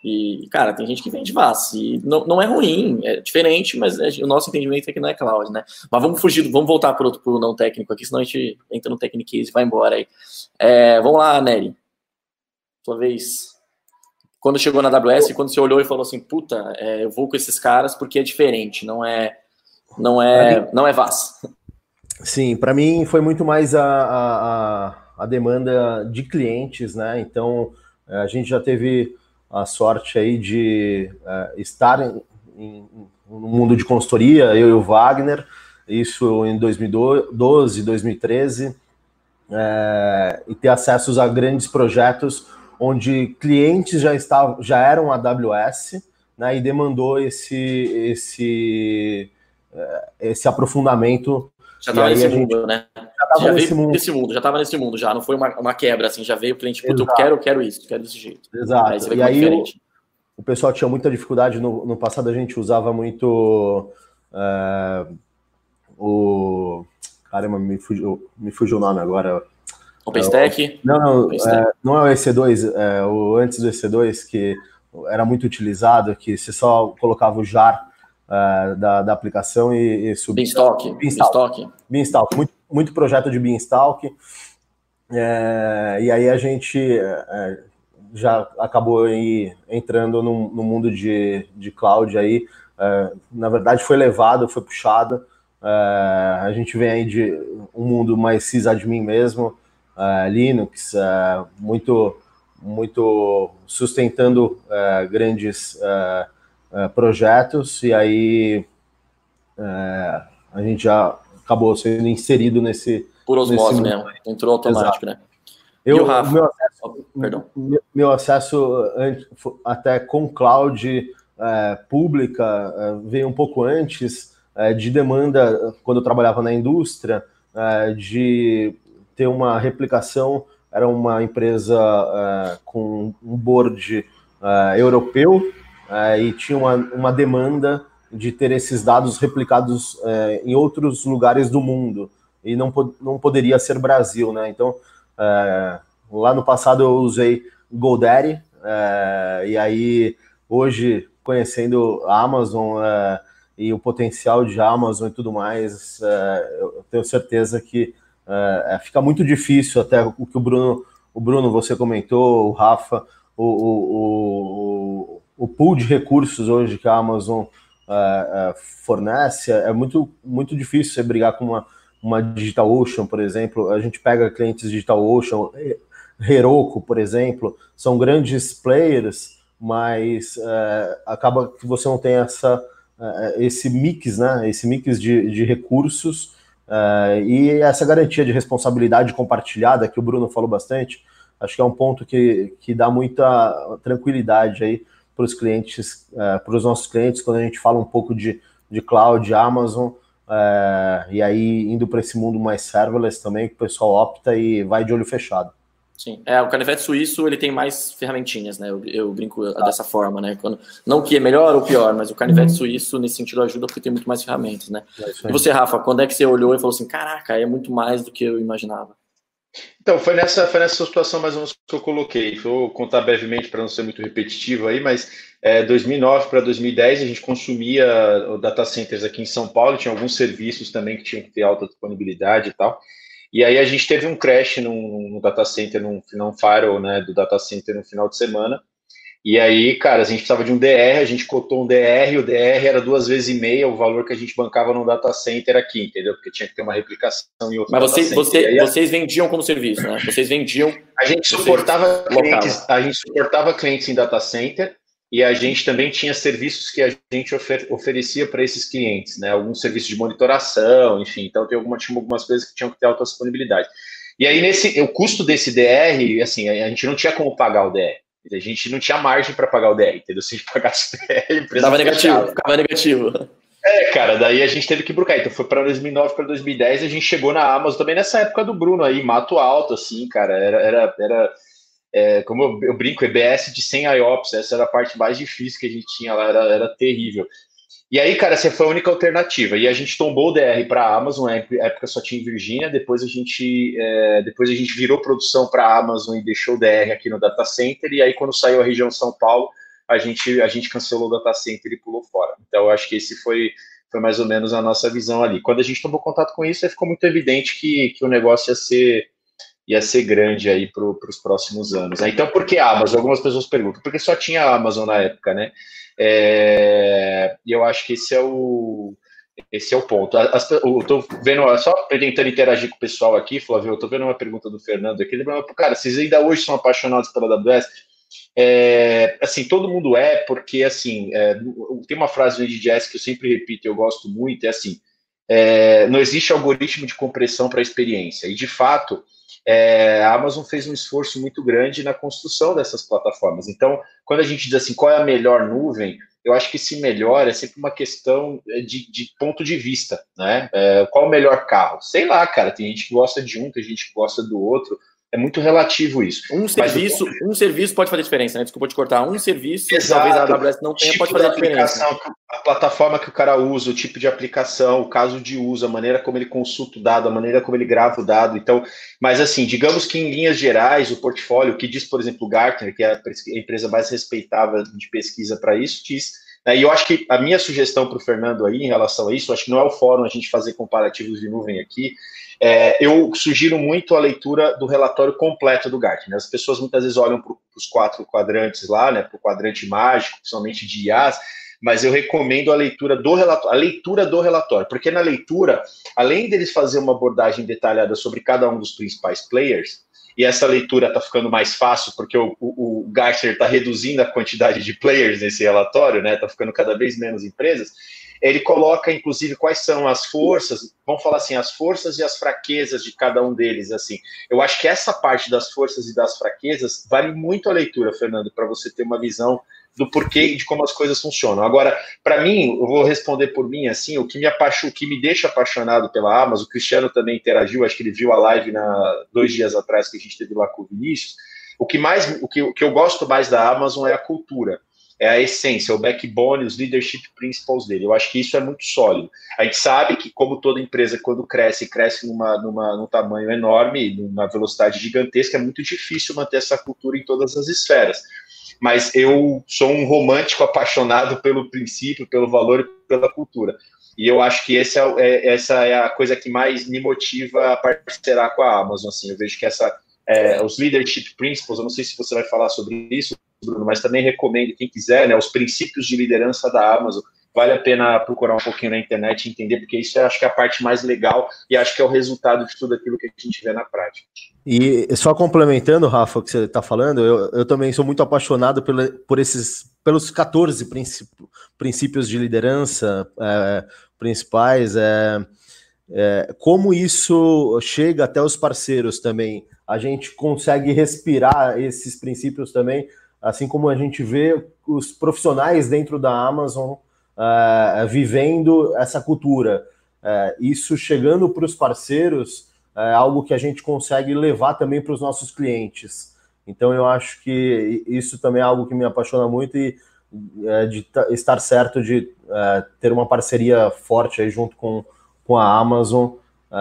E, cara, tem gente que vende V A S, e não, não é ruim, é diferente, mas é, o nosso entendimento é que não é cloud, né? Mas vamos fugir, vamos voltar para o não técnico aqui, senão a gente entra no Technicase e vai embora aí. É, vamos lá, Nery. Sua vez. Quando chegou na A W S, quando você olhou e falou assim, puta, é, eu vou com esses caras porque é diferente, não é, não é, não é V A S. Sim, para mim foi muito mais a, a, a demanda de clientes, né? Então, a gente já teve a sorte aí de uh, estar em, em, no mundo de consultoria, eu e o Wagner, isso em dois mil e doze, dois mil e treze, é, e ter acessos a grandes projetos onde clientes já estavam, já eram A W S, né, e demandou esse esse esse aprofundamento. Já estava nesse mundo, gente, né? Já estava já nesse veio mundo. Nesse mundo, já estava nesse mundo, já não foi uma, uma quebra, assim, já veio o cliente, puta, eu quero, eu quero isso, quero desse jeito. Exato. Aí você vê e como aí é diferente. O, o pessoal tinha muita dificuldade, no, no passado a gente usava muito é, o... Caramba, me fugiu, me fugiu o nome agora. OpenStack? É, não, não, é, não é o E C dois, é o antes do E C dois, que era muito utilizado, que você só colocava o jar uh, da, da aplicação e, e subia. Beanstalk. Beanstalk. Beanstalk. Muito, muito projeto de Beanstalk. É, e aí a gente é, já acabou aí entrando no, no mundo de, de cloud aí. É, na verdade foi levado, foi puxado. É, a gente vem aí de um mundo mais sysadmin mesmo, é, Linux, é, muito, muito sustentando é, grandes é, é, projetos, e aí é, a gente já acabou sendo inserido nesse... Por osmose mesmo, entrou automático, Exato. Né? Eu, e o Rafa? Meu acesso, oh, perdão. Meu acesso até com cloud é, pública é, veio um pouco antes, é, de demanda, quando eu trabalhava na indústria, é, de ter uma replicação. Era uma empresa é, com um board é, europeu é, e tinha uma, uma demanda de ter esses dados replicados é, em outros lugares do mundo, e não, não poderia ser Brasil, né? Então, é, lá no passado eu usei GoDaddy, é, e aí hoje, conhecendo a Amazon é, e o potencial de Amazon e tudo mais, é, eu tenho certeza que é, fica muito difícil, até o que o Bruno, o Bruno você comentou, o Rafa, o, o, o, o pool de recursos hoje que a Amazon é, é, fornece, é muito, muito difícil você brigar com uma, uma DigitalOcean, por exemplo. A gente pega clientes DigitalOcean, Heroku, por exemplo, são grandes players, mas é, acaba que você não tem essa, é, esse mix, né? Esse mix de, de recursos é, e essa garantia de responsabilidade compartilhada que o Bruno falou bastante. Acho que é um ponto que, que dá muita tranquilidade aí para os clientes, é, para os nossos clientes, quando a gente fala um pouco de, de cloud, Amazon, é, e aí indo para esse mundo mais serverless também, que o pessoal opta e vai de olho fechado. Sim, é, o canivete suíço, ele tem mais ferramentinhas, né, eu, eu brinco ah. dessa forma, né, Quando, não que é melhor ou pior, mas o canivete uhum. suíço, nesse sentido, ajuda porque tem muito mais ferramentas, né. É e você, Rafa, quando é que você olhou e falou assim, caraca, é muito mais do que eu imaginava? Então, foi nessa, foi nessa situação mais ou menos que eu coloquei. Vou contar brevemente para não ser muito repetitivo aí, mas é, dois mil e nove para dois mil e dez a gente consumia o data centers aqui em São Paulo, tinha alguns serviços também que tinham que ter alta disponibilidade e tal. E aí a gente teve um crash no, no data center, num, num firewall, né, do data center no final de semana. E aí, cara, a gente precisava de um D R, a gente cotou um D R, o D R era duas vezes e meia o valor que a gente bancava no data center aqui, entendeu? Porque tinha que ter uma replicação em outro Mas data você, center. você, aí, vocês vendiam como serviço, né? Vocês vendiam... A gente suportava clientes, a gente suportava clientes em data center e a gente também tinha serviços que a gente ofer, oferecia para esses clientes, né? Alguns serviços de monitoração, enfim. Então, tem alguma, tinha algumas coisas que tinham que ter alta disponibilidade. E aí, nesse, o custo desse D R, assim, a gente não tinha como pagar o D R. A gente não tinha margem para pagar o D R, entendeu? Se a gente pagasse o D R, a empresa Dava negativo, ficava negativo. É, cara, daí a gente teve que brocar. Então foi para dois mil e nove para dois mil e dez, a gente chegou na Amazon também nessa época do Bruno aí, mato alto, assim, cara. Era, era, era é, como eu, eu brinco, E B S de cem I O P S, essa era a parte mais difícil que a gente tinha lá, era, era terrível. E aí, cara, essa foi a única alternativa. E a gente tombou o D R para a Amazon, na época só tinha em Virgínia, depois a gente, é, depois a gente virou produção para a Amazon e deixou o D R aqui no data center, e aí quando saiu a região São Paulo, a gente, a gente cancelou o data center e pulou fora. Então, eu acho que esse foi, foi mais ou menos a nossa visão ali. Quando a gente tomou contato com isso, aí ficou muito evidente que, que o negócio ia ser, ia ser grande aí para os próximos anos. Então, por que a Amazon? Algumas pessoas perguntam, porque só tinha a Amazon na época, né? É, e eu acho que esse é o, esse é o ponto. As, eu tô vendo, só tentando interagir com o pessoal aqui, Flávio, eu tô vendo uma pergunta do Fernando aqui, ele falou, cara, vocês ainda hoje são apaixonados pela A W S? É, assim, todo mundo é, porque assim, é, tem uma frase do N D S que eu sempre repito e eu gosto muito, é assim, é, não existe algoritmo de compressão para a experiência, e de fato, é, a Amazon fez um esforço muito grande na construção dessas plataformas. Então, quando a gente diz assim, qual é a melhor nuvem, eu acho que esse melhor é sempre uma questão de, de ponto de vista, né? É, qual o melhor carro? Sei lá, cara, tem gente que gosta de um, tem gente que gosta do outro, é muito relativo isso. Um serviço, Mas, um serviço pode fazer diferença, né? Desculpa te cortar. Um serviço, exato, talvez a A W S não tenha, tipo pode fazer diferença. A plataforma que o cara usa, o tipo de aplicação, o caso de uso, a maneira como ele consulta o dado, a maneira como ele grava o dado. Então, mas assim, digamos que em linhas gerais, o portfólio, que diz, por exemplo, o Gartner, que é a empresa mais respeitável de pesquisa para isso, diz. Né, e eu acho que a minha sugestão para o Fernando aí, em relação a isso, acho que não é o fórum a gente fazer comparativos de nuvem aqui, é, eu sugiro muito a leitura do relatório completo do Gartner. As pessoas muitas vezes olham para os quatro quadrantes lá, né, para o quadrante mágico, principalmente de I As, mas eu recomendo a leitura do relatório, a leitura do relatório, porque na leitura, além deles fazer uma abordagem detalhada sobre cada um dos principais players, e essa leitura está ficando mais fácil, porque o, o, o Gartner está reduzindo a quantidade de players nesse relatório, né? Está ficando cada vez menos empresas. Ele coloca, inclusive, quais são as forças, vamos falar assim, as forças e as fraquezas de cada um deles. Assim, eu acho que essa parte das forças e das fraquezas vale muito a leitura, Fernando, para você ter uma visão do porquê e de como as coisas funcionam. Agora, para mim, eu vou responder por mim, assim, o que me apaixo, o que me deixa apaixonado pela Amazon, o Cristiano também interagiu, acho que ele viu a live na, dois dias atrás que a gente teve lá com o Vinícius, o que, mais, o, que, o que eu gosto mais da Amazon é a cultura, é a essência, o backbone, os leadership principles dele. Eu acho que isso é muito sólido. A gente sabe que, como toda empresa, quando cresce, cresce numa, numa, num tamanho enorme, numa velocidade gigantesca, é muito difícil manter essa cultura em todas as esferas. Mas eu sou um romântico apaixonado pelo princípio, pelo valor e pela cultura. E eu acho que esse é, é, essa é a coisa que mais me motiva a parcerar com a Amazon. Assim, eu vejo que essa, é, os leadership principles, eu não sei se você vai falar sobre isso, Bruno, mas também recomendo, quem quiser, né, os princípios de liderança da Amazon. Vale a pena procurar um pouquinho na internet e entender, porque isso eu acho que é a parte mais legal e acho que é o resultado de tudo aquilo que a gente vê na prática. E só complementando, Rafa, o que você está falando, eu, eu também sou muito apaixonado pela, por esses, pelos quatorze princípios, princípios de liderança é, principais, é, é, como isso chega até os parceiros também. A gente consegue respirar esses princípios também, assim como a gente vê os profissionais dentro da Amazon Uh, vivendo essa cultura. Uh, isso chegando para os parceiros é algo que a gente consegue levar também para os nossos clientes. Então eu acho que isso também é algo que me apaixona muito e uh, de estar certo de uh, ter uma parceria forte aí junto com, com a Amazon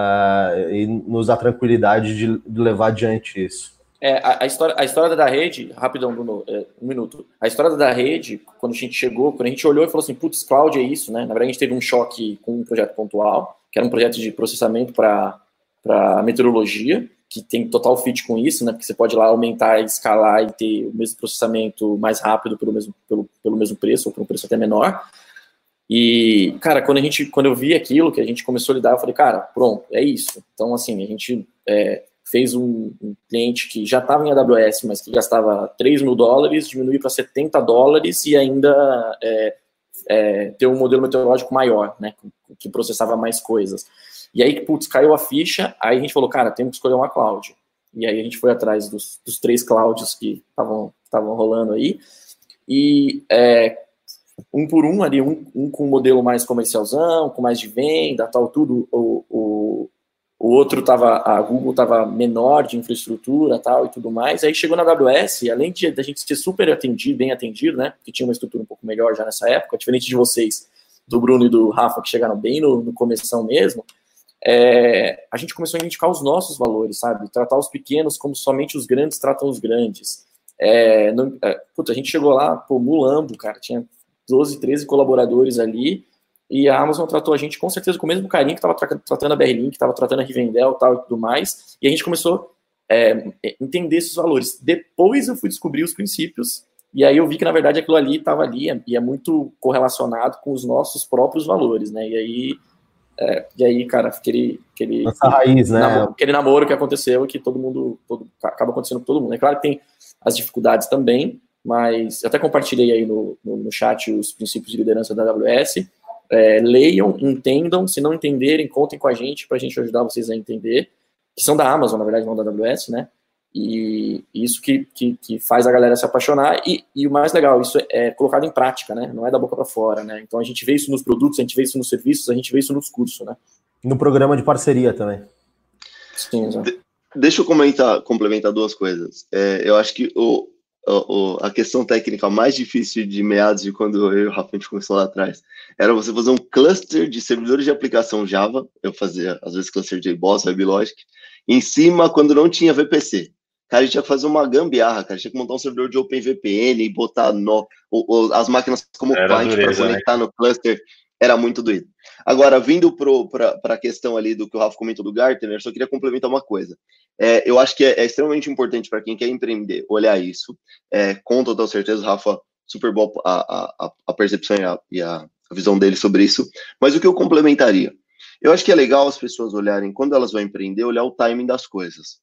uh, e nos dá tranquilidade de, de levar adiante isso. É, a, a, história, a história da rede, rapidão, Bruno, é, um minuto. A história da rede, quando a gente chegou, quando a gente olhou e falou assim, putz, cloud é isso, né? Na verdade, a gente teve um choque com um projeto pontual, que era um projeto de processamento para meteorologia, que tem total fit com isso, né? Porque você pode lá aumentar, escalar e ter o mesmo processamento mais rápido pelo mesmo, pelo, pelo mesmo preço, ou por um preço até menor. E, cara, quando, a gente, quando eu vi aquilo, que a gente começou a lidar, eu falei, cara, pronto, é isso. Então, assim, a gente... É, fez um, um cliente que já estava em A W S, mas que gastava três mil dólares, diminuir para setenta dólares e ainda é, é, ter um modelo meteorológico maior, né, que processava mais coisas. E aí, putz, caiu a ficha, aí a gente falou, cara, temos que escolher uma cloud. E aí a gente foi atrás dos, dos três clouds que estavam rolando aí, e é, um por um ali, um, um com um modelo mais comercialzão, com mais de venda, tal, tudo, o, o O outro tava, a Google estava menor de infraestrutura tal, e tudo mais. Aí chegou na A W S, além de a gente ser super atendido, bem atendido, né? Que tinha uma estrutura um pouco melhor já nessa época, diferente de vocês, do Bruno e do Rafa, que chegaram bem no, no começão mesmo. É, a gente começou a identificar os nossos valores, sabe? Tratar os pequenos como somente os grandes tratam os grandes. É, não, é, puta, a gente chegou lá, pô, Mulambo, cara, tinha doze, treze colaboradores ali, e a Amazon tratou a gente com certeza com o mesmo carinho que estava tra tratando a B R Link, que estava tratando a Rivendell e tal e tudo mais, e a gente começou a é, entender esses valores. Depois eu fui descobrir os princípios, e aí eu vi que, na verdade, aquilo ali estava ali, e é muito correlacionado com os nossos próprios valores, né, e aí, é, e aí cara, aquele, aquele, Nossa raiz, né? namoro, aquele namoro que aconteceu, que todo mundo, todo, acaba acontecendo com todo mundo. É claro que tem as dificuldades também, mas eu até compartilhei aí no, no, no chat os princípios de liderança da A W S. É, leiam, entendam, se não entenderem, contem com a gente para a gente ajudar vocês a entender, que são da Amazon, na verdade, não da A W S, né? E isso que, que, que faz a galera se apaixonar, e, e o mais legal, isso é, é colocado em prática, né? Não é da boca para fora, né? Então a gente vê isso nos produtos, a gente vê isso nos serviços, a gente vê isso nos cursos, né? No programa de parceria também. Sim, exato. De deixa eu comentar, complementar duas coisas. É, eu acho que o, o, a questão técnica mais difícil de meados de quando eu e o Rafa a gente começou lá atrás era você fazer um cluster de servidores de aplicação Java, eu fazia às vezes cluster de JBoss, WebLogic, em cima quando não tinha V P C. Cara, a gente tinha que fazer uma gambiarra, cara. A gente tinha que montar um servidor de OpenVPN e botar no, o, o, as máquinas como Era client para conectar, né, no cluster. Era muito doido. Agora, vindo para a questão ali do que o Rafa comentou do Gartner, eu só queria complementar uma coisa. É, eu acho que é, é extremamente importante para quem quer empreender olhar isso. É, com total certeza, o Rafa, super bom a, a, a percepção e, a, e a visão dele sobre isso. Mas o que eu complementaria? Eu acho que é legal as pessoas olharem, quando elas vão empreender, olhar o timing das coisas.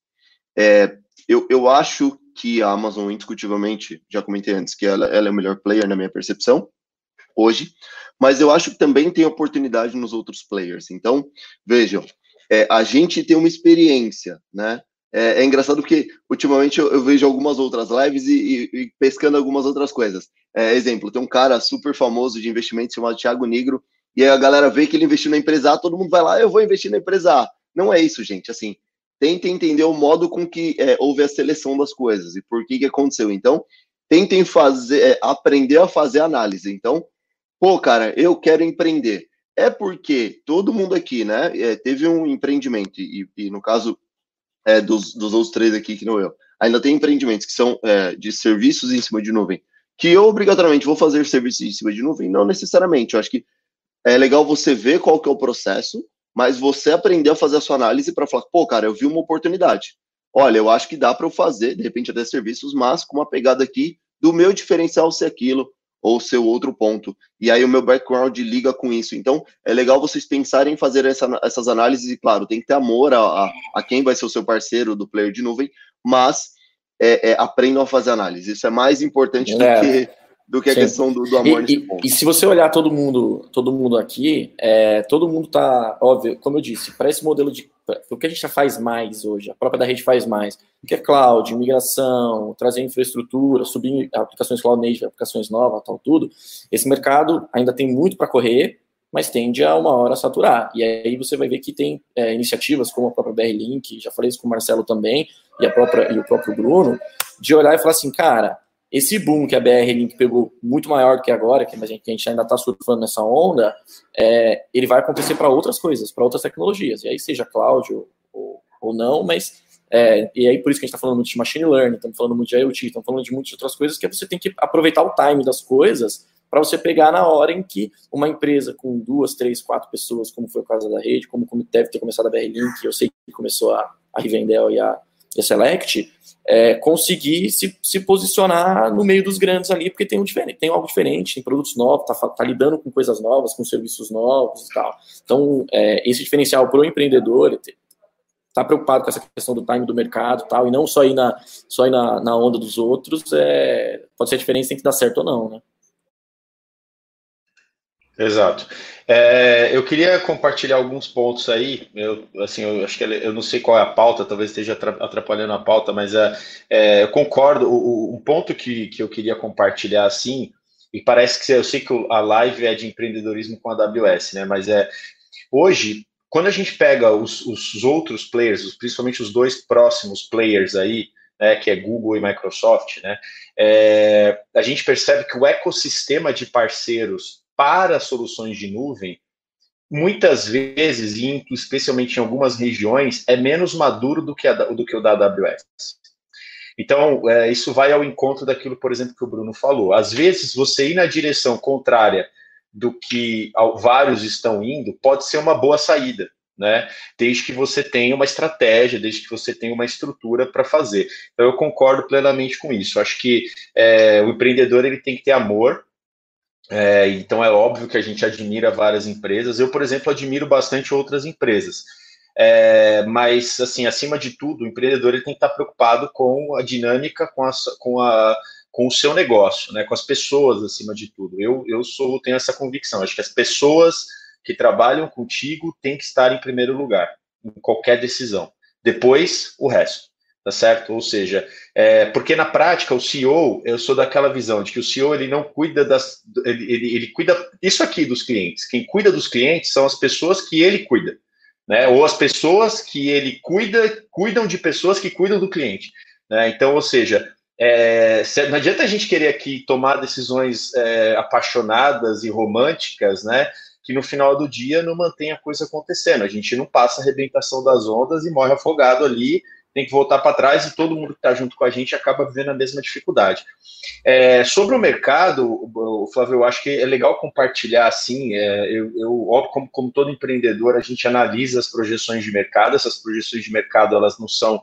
É, eu, eu acho que a Amazon, indiscutivelmente, já comentei antes, que ela, ela é o melhor player na minha percepção, hoje, mas eu acho que também tem oportunidade nos outros players. Então, vejam, é, a gente tem uma experiência, né? É, é engraçado porque, ultimamente, eu, eu vejo algumas outras lives e, e, e pescando algumas outras coisas. É, exemplo, tem um cara super famoso de investimento chamado Thiago Nigro, e aí a galera vê que ele investiu na empresa A, todo mundo vai lá, eu vou investir na empresa A. Não é isso, gente, assim, tentem entender o modo com que é, houve a seleção das coisas e por que que aconteceu. Então, tentem fazer, é, aprender a fazer análise. Então, pô, cara, eu quero empreender. É porque todo mundo aqui, né, é, teve um empreendimento, e, e no caso é, dos, dos outros três aqui, que não eu, ainda tem empreendimentos que são é, de serviços em cima de nuvem, que eu obrigatoriamente vou fazer serviços em cima de nuvem? Não necessariamente. Eu acho que é legal você ver qual que é o processo, mas você aprender a fazer a sua análise para falar, pô, cara, eu vi uma oportunidade. Olha, eu acho que dá para eu fazer, de repente, até serviços, mas com uma pegada aqui do meu diferencial ser aquilo, ou seu outro ponto. E aí o meu background liga com isso. Então, é legal vocês pensarem em fazer essa, essas análises, e claro, tem que ter amor a, a, a quem vai ser o seu parceiro do player de nuvem, mas é, é, aprendam a fazer análise. Isso é mais importante do é. que, do que a Sim. questão do, do amor e, nesse e, ponto. E se você olhar todo mundo, todo mundo aqui, é, todo mundo tá, óbvio, como eu disse, para esse modelo de, o que a gente já faz mais hoje, a própria da rede faz mais, que é cloud, migração, trazer infraestrutura, subir aplicações cloud native, aplicações novas, tal, tudo, esse mercado ainda tem muito para correr, mas tende a uma hora a saturar. E aí você vai ver que tem é, iniciativas como a própria B R Link, já falei isso com o Marcelo também, e, a própria, e o próprio Bruno, de olhar e falar assim, cara, esse boom que a B R Link pegou muito maior do que agora, que a gente ainda está surfando nessa onda, é, ele vai acontecer para outras coisas, para outras tecnologias, e aí seja cloud ou, ou, ou não, mas é, e aí por isso que a gente está falando muito de machine learning, estamos falando muito de IoT, estamos falando de muitas outras coisas, que você tem que aproveitar o time das coisas para você pegar na hora em que uma empresa com duas, três, quatro pessoas, como foi o caso da rede, como, como deve ter começado a B R Link, eu sei que começou a, a Rivendell e a, e a Select, é, conseguir se, se posicionar no meio dos grandes ali, porque tem, um diferente, tem algo diferente, tem produtos novos, está tá lidando com coisas novas, com serviços novos e tal. Então, é, esse diferencial para o empreendedor, está preocupado com essa questão do time do mercado e tal, e não só ir na, só ir na, na onda dos outros, é, pode ser a diferença entre dar certo ou não, né? Exato. É, eu queria compartilhar alguns pontos aí. Eu, assim, eu acho que eu não sei qual é a pauta, talvez esteja atrapalhando a pauta, mas é, é, eu concordo. O, um ponto que, que eu queria compartilhar, assim, e parece que eu sei que a live é de empreendedorismo com a AWS, né? Mas é hoje, quando a gente pega os, os outros players, principalmente os dois próximos players aí, né, que é Google e Microsoft, né? É, a gente percebe que o ecossistema de parceiros para soluções de nuvem, muitas vezes, e especialmente em algumas regiões, é menos maduro do que, a, do que o da A W S. Então, é, isso vai ao encontro daquilo, por exemplo, que o Bruno falou. Às vezes, você ir na direção contrária do que vários estão indo pode ser uma boa saída, né? Desde que você tenha uma estratégia, desde que você tenha uma estrutura para fazer. Então, eu concordo plenamente com isso. Eu acho que é, o empreendedor ele tem que ter amor. É, então, é óbvio que a gente admira várias empresas. Eu, por exemplo, admiro bastante outras empresas. É, mas, assim, acima de tudo, o empreendedor ele tem que estar preocupado com a dinâmica, com a, com a com o seu negócio, né, com as pessoas acima de tudo. Eu, eu sou, tenho essa convicção, acho que as pessoas que trabalham contigo têm que estar em primeiro lugar, em qualquer decisão. Depois, o resto, tá certo? Ou seja, é, porque na prática, o C E O, eu sou daquela visão de que o C E O, ele não cuida das... Ele, ele, ele cuida, isso aqui, dos clientes. Quem cuida dos clientes são as pessoas que ele cuida, né, ou as pessoas que ele cuida, cuidam de pessoas que cuidam do cliente, né? Então, ou seja... É, não adianta a gente querer aqui tomar decisões é, apaixonadas e românticas, né, que no final do dia não mantém a coisa acontecendo. A gente não passa a arrebentação das ondas e morre afogado ali, tem que voltar para trás e todo mundo que está junto com a gente acaba vivendo a mesma dificuldade. É, sobre o mercado, Flávio, eu acho que é legal compartilhar assim, é, eu, eu óbvio, como, como todo empreendedor, a gente analisa as projeções de mercado, essas projeções de mercado, elas não são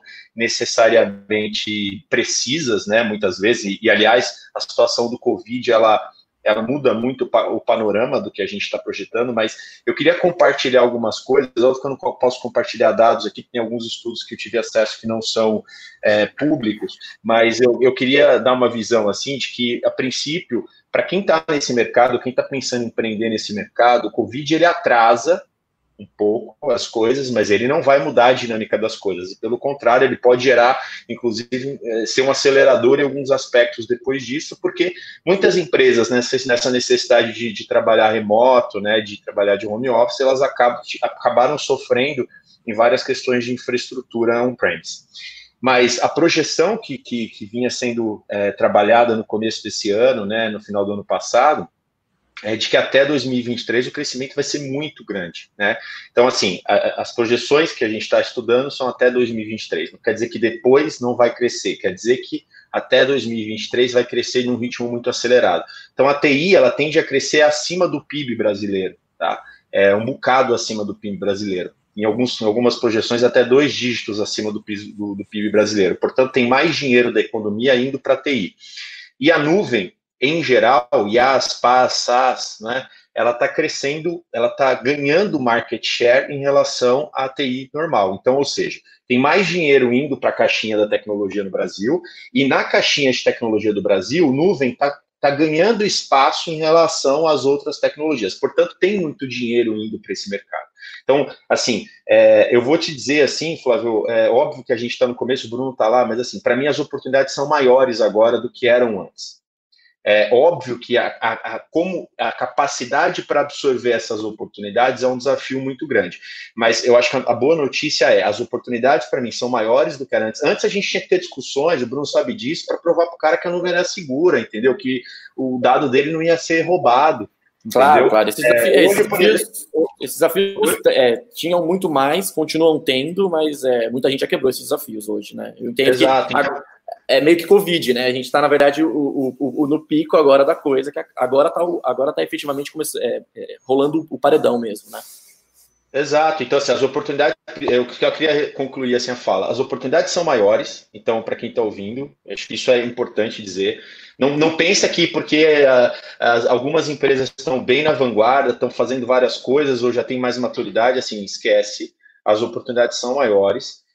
necessariamente precisas, né, muitas vezes, e, e aliás, a situação do Covid, ela... ela muda muito o panorama do que a gente está projetando, mas eu queria compartilhar algumas coisas, óbvio que eu não posso compartilhar dados aqui, tem alguns estudos que eu tive acesso que não são é, públicos, mas eu, eu queria dar uma visão assim, de que, a princípio, para quem está nesse mercado, quem está pensando em empreender nesse mercado, o Covid, ele atrasa um pouco as coisas, mas ele não vai mudar a dinâmica das coisas, e pelo contrário, ele pode gerar, inclusive, ser um acelerador em alguns aspectos depois disso, porque muitas empresas, né, nessa necessidade de, de trabalhar remoto, né, de trabalhar de home office, elas acabam, acabaram sofrendo em várias questões de infraestrutura on-premise. Mas a projeção que, que, que vinha sendo é, trabalhada no começo desse ano, né, no final do ano passado, é de que até dois mil e vinte e três o crescimento vai ser muito grande, né? Então, assim, a, as projeções que a gente está estudando são até dois mil e vinte e três. Não quer dizer que depois não vai crescer, quer dizer que até dois mil e vinte e três vai crescer num ritmo muito acelerado. Então, a T I, ela tende a crescer acima do P I B brasileiro, tá? É um bocado acima do P I B brasileiro. Em, alguns, em algumas projeções, até dois dígitos acima do, do, do P I B brasileiro. Portanto, tem mais dinheiro da economia indo para a T I. E a nuvem, em geral, IaaS, PaaS, SaaS, né, ela está crescendo, ela está ganhando market share em relação à T I normal. Então, ou seja, tem mais dinheiro indo para a caixinha da tecnologia no Brasil, e na caixinha de tecnologia do Brasil, nuvem está tá ganhando espaço em relação às outras tecnologias. Portanto, tem muito dinheiro indo para esse mercado. Então, assim, é, eu vou te dizer assim, Flávio, é óbvio que a gente está no começo, o Bruno está lá, mas assim, para mim as oportunidades são maiores agora do que eram antes. É óbvio que a, a, a, como a capacidade para absorver essas oportunidades é um desafio muito grande. Mas eu acho que a boa notícia é, as oportunidades para mim são maiores do que era antes. Antes a gente tinha que ter discussões, o Bruno sabe disso, para provar para o cara que a nuvem era segura, entendeu? Que o dado dele não ia ser roubado. Claro, claro. Esses desafios, é, esses desafios, esses desafios é, tinham muito mais, continuam tendo, mas é, muita gente já quebrou esses desafios hoje, né? Eu entendo Exato, que a, é meio que Covid, né? A gente está, na verdade, o, o, o, no pico agora da coisa, que agora está agora tá efetivamente começando, é, é, rolando o paredão mesmo, né? Exato, então assim, as oportunidades, eu, eu queria concluir assim a fala, as oportunidades são maiores, então para quem está ouvindo, acho que isso é importante dizer, não, não pensa que porque uh, as, algumas empresas estão bem na vanguarda, estão fazendo várias coisas ou já tem mais maturidade, assim, esquece, as oportunidades são maiores,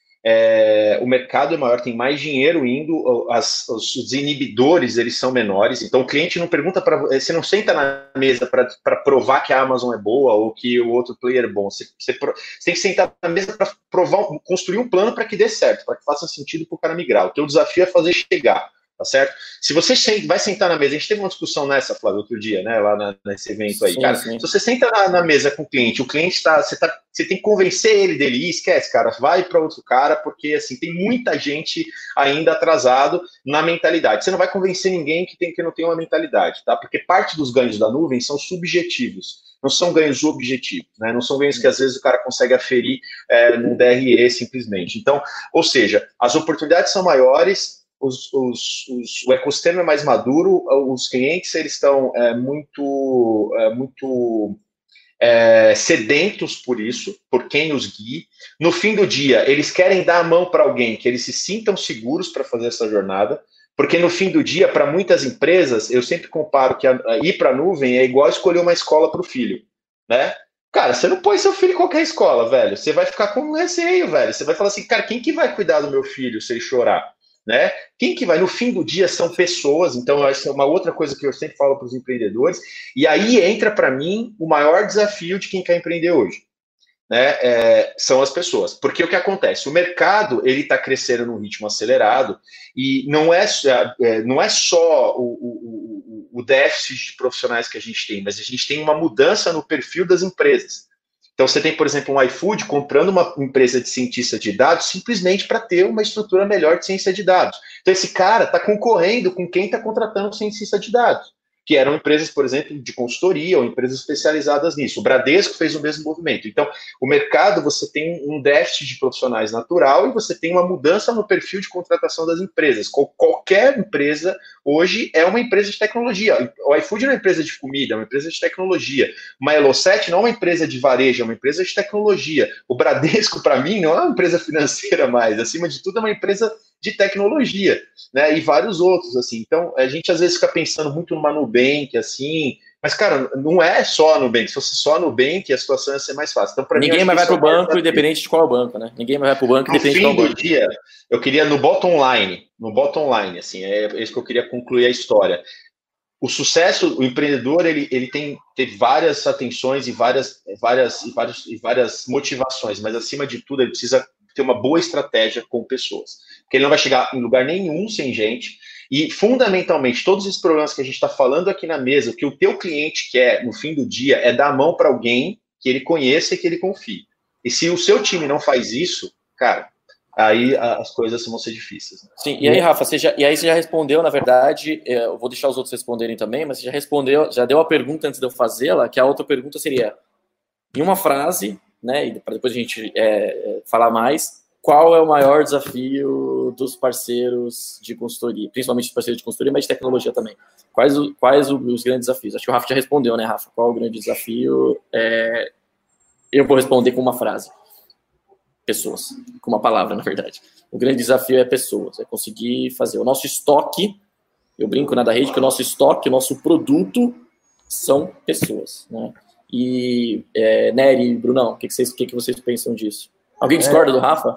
é, o mercado é maior, tem mais dinheiro indo, as, os, os inibidores eles são menores, então o cliente não pergunta para você, não senta na mesa para provar que a Amazon é boa ou que o outro player é bom, você, você, você tem que sentar na mesa para provar, construir um plano para que dê certo, para que faça sentido para o cara migrar. O teu desafio é fazer chegar, tá certo? Se você vai sentar na mesa, a gente teve uma discussão nessa, Flávio, outro dia, né, lá na, nesse evento aí, sim, cara, sim. Se você senta na, na mesa com o cliente, o cliente está, você, tá, você tem que convencer ele dele, e esquece, cara, vai para outro cara, porque, assim, tem muita gente ainda atrasado na mentalidade. Você não vai convencer ninguém que, tem, que não tem uma mentalidade, tá? Porque parte dos ganhos da nuvem são subjetivos, não são ganhos objetivos, né? Não são ganhos que às vezes o cara consegue aferir é, num D R E simplesmente. Então, ou seja, as oportunidades são maiores, os, os, os, o ecossistema é mais maduro, os clientes eles estão é, muito, é, muito é, sedentos por isso, por quem os guie. No fim do dia, eles querem dar a mão para alguém que eles se sintam seguros para fazer essa jornada, porque no fim do dia, para muitas empresas, eu sempre comparo que a, a ir para a nuvem é igual escolher uma escola para o filho, né? Cara, você não põe seu filho em qualquer escola, velho. Você vai ficar com um receio, velho. Você vai falar assim, cara, quem que vai cuidar do meu filho se ele chorar? Né? Quem que vai? No fim do dia são pessoas, então essa é uma outra coisa que eu sempre falo para os empreendedores, e aí entra para mim o maior desafio de quem quer empreender hoje, né? É, são as pessoas, porque o que acontece? O mercado ele está crescendo num ritmo acelerado e não é, é, não é só o, o, o déficit de profissionais que a gente tem, mas a gente tem uma mudança no perfil das empresas. Então, você tem, por exemplo, um iFood comprando uma empresa de cientista de dados simplesmente para ter uma estrutura melhor de ciência de dados. Então, esse cara está concorrendo com quem está contratando um cientista de dados, que eram empresas, por exemplo, de consultoria ou empresas especializadas nisso. O Bradesco fez o mesmo movimento. Então, o mercado, você tem um déficit de profissionais natural e você tem uma mudança no perfil de contratação das empresas. Qualquer empresa, hoje, é uma empresa de tecnologia. O iFood não é uma empresa de comida, é uma empresa de tecnologia. Uma Elo sete não é uma empresa de varejo, é uma empresa de tecnologia. O Bradesco, para mim, não é uma empresa financeira mais. Acima de tudo, é uma empresa de tecnologia, né, e vários outros, assim. Então, a gente às vezes fica pensando muito numa Nubank, assim, mas, cara, não é só a Nubank. Se fosse só a Nubank, a situação ia ser mais fácil. Então, Ninguém mim, mais vai para o banco, é independente de qual banco, né? Ninguém mais vai para o banco, independente de qual banco. No fim do dia, eu queria, no bottom line, no bottom line, assim, é isso que eu queria concluir a história. O sucesso, o empreendedor, ele, ele tem, tem várias atenções e várias, várias, e, várias, e várias motivações, mas, acima de tudo, ele precisa ter uma boa estratégia com pessoas. Porque ele não vai chegar em lugar nenhum sem gente. E, fundamentalmente, todos esses problemas que a gente está falando aqui na mesa, o que o teu cliente quer, no fim do dia, é dar a mão para alguém que ele conheça e que ele confie. E se o seu time não faz isso, cara, aí as coisas vão ser difíceis. Né? Sim, e aí, Rafa, você já, e aí você já respondeu, na verdade, eu vou deixar os outros responderem também, mas você já respondeu, já deu a pergunta antes de eu fazê-la, que a outra pergunta seria, em uma frase, né, e para depois a gente é, falar mais, qual é o maior desafio dos parceiros de consultoria, principalmente dos parceiros de consultoria, mas de tecnologia também? Quais, o, quais os grandes desafios? Acho que o Rafa já respondeu, né, Rafa? Qual é o grande desafio? É, eu vou responder com uma frase. Pessoas. Com uma palavra, na verdade. O grande desafio é pessoas, é conseguir fazer. O nosso estoque, eu brinco na da rede, que o nosso estoque, o nosso produto são pessoas, né? E, é, Nery e Brunão, o que, que, vocês, que, que vocês pensam disso? Alguém discorda é, do Rafa?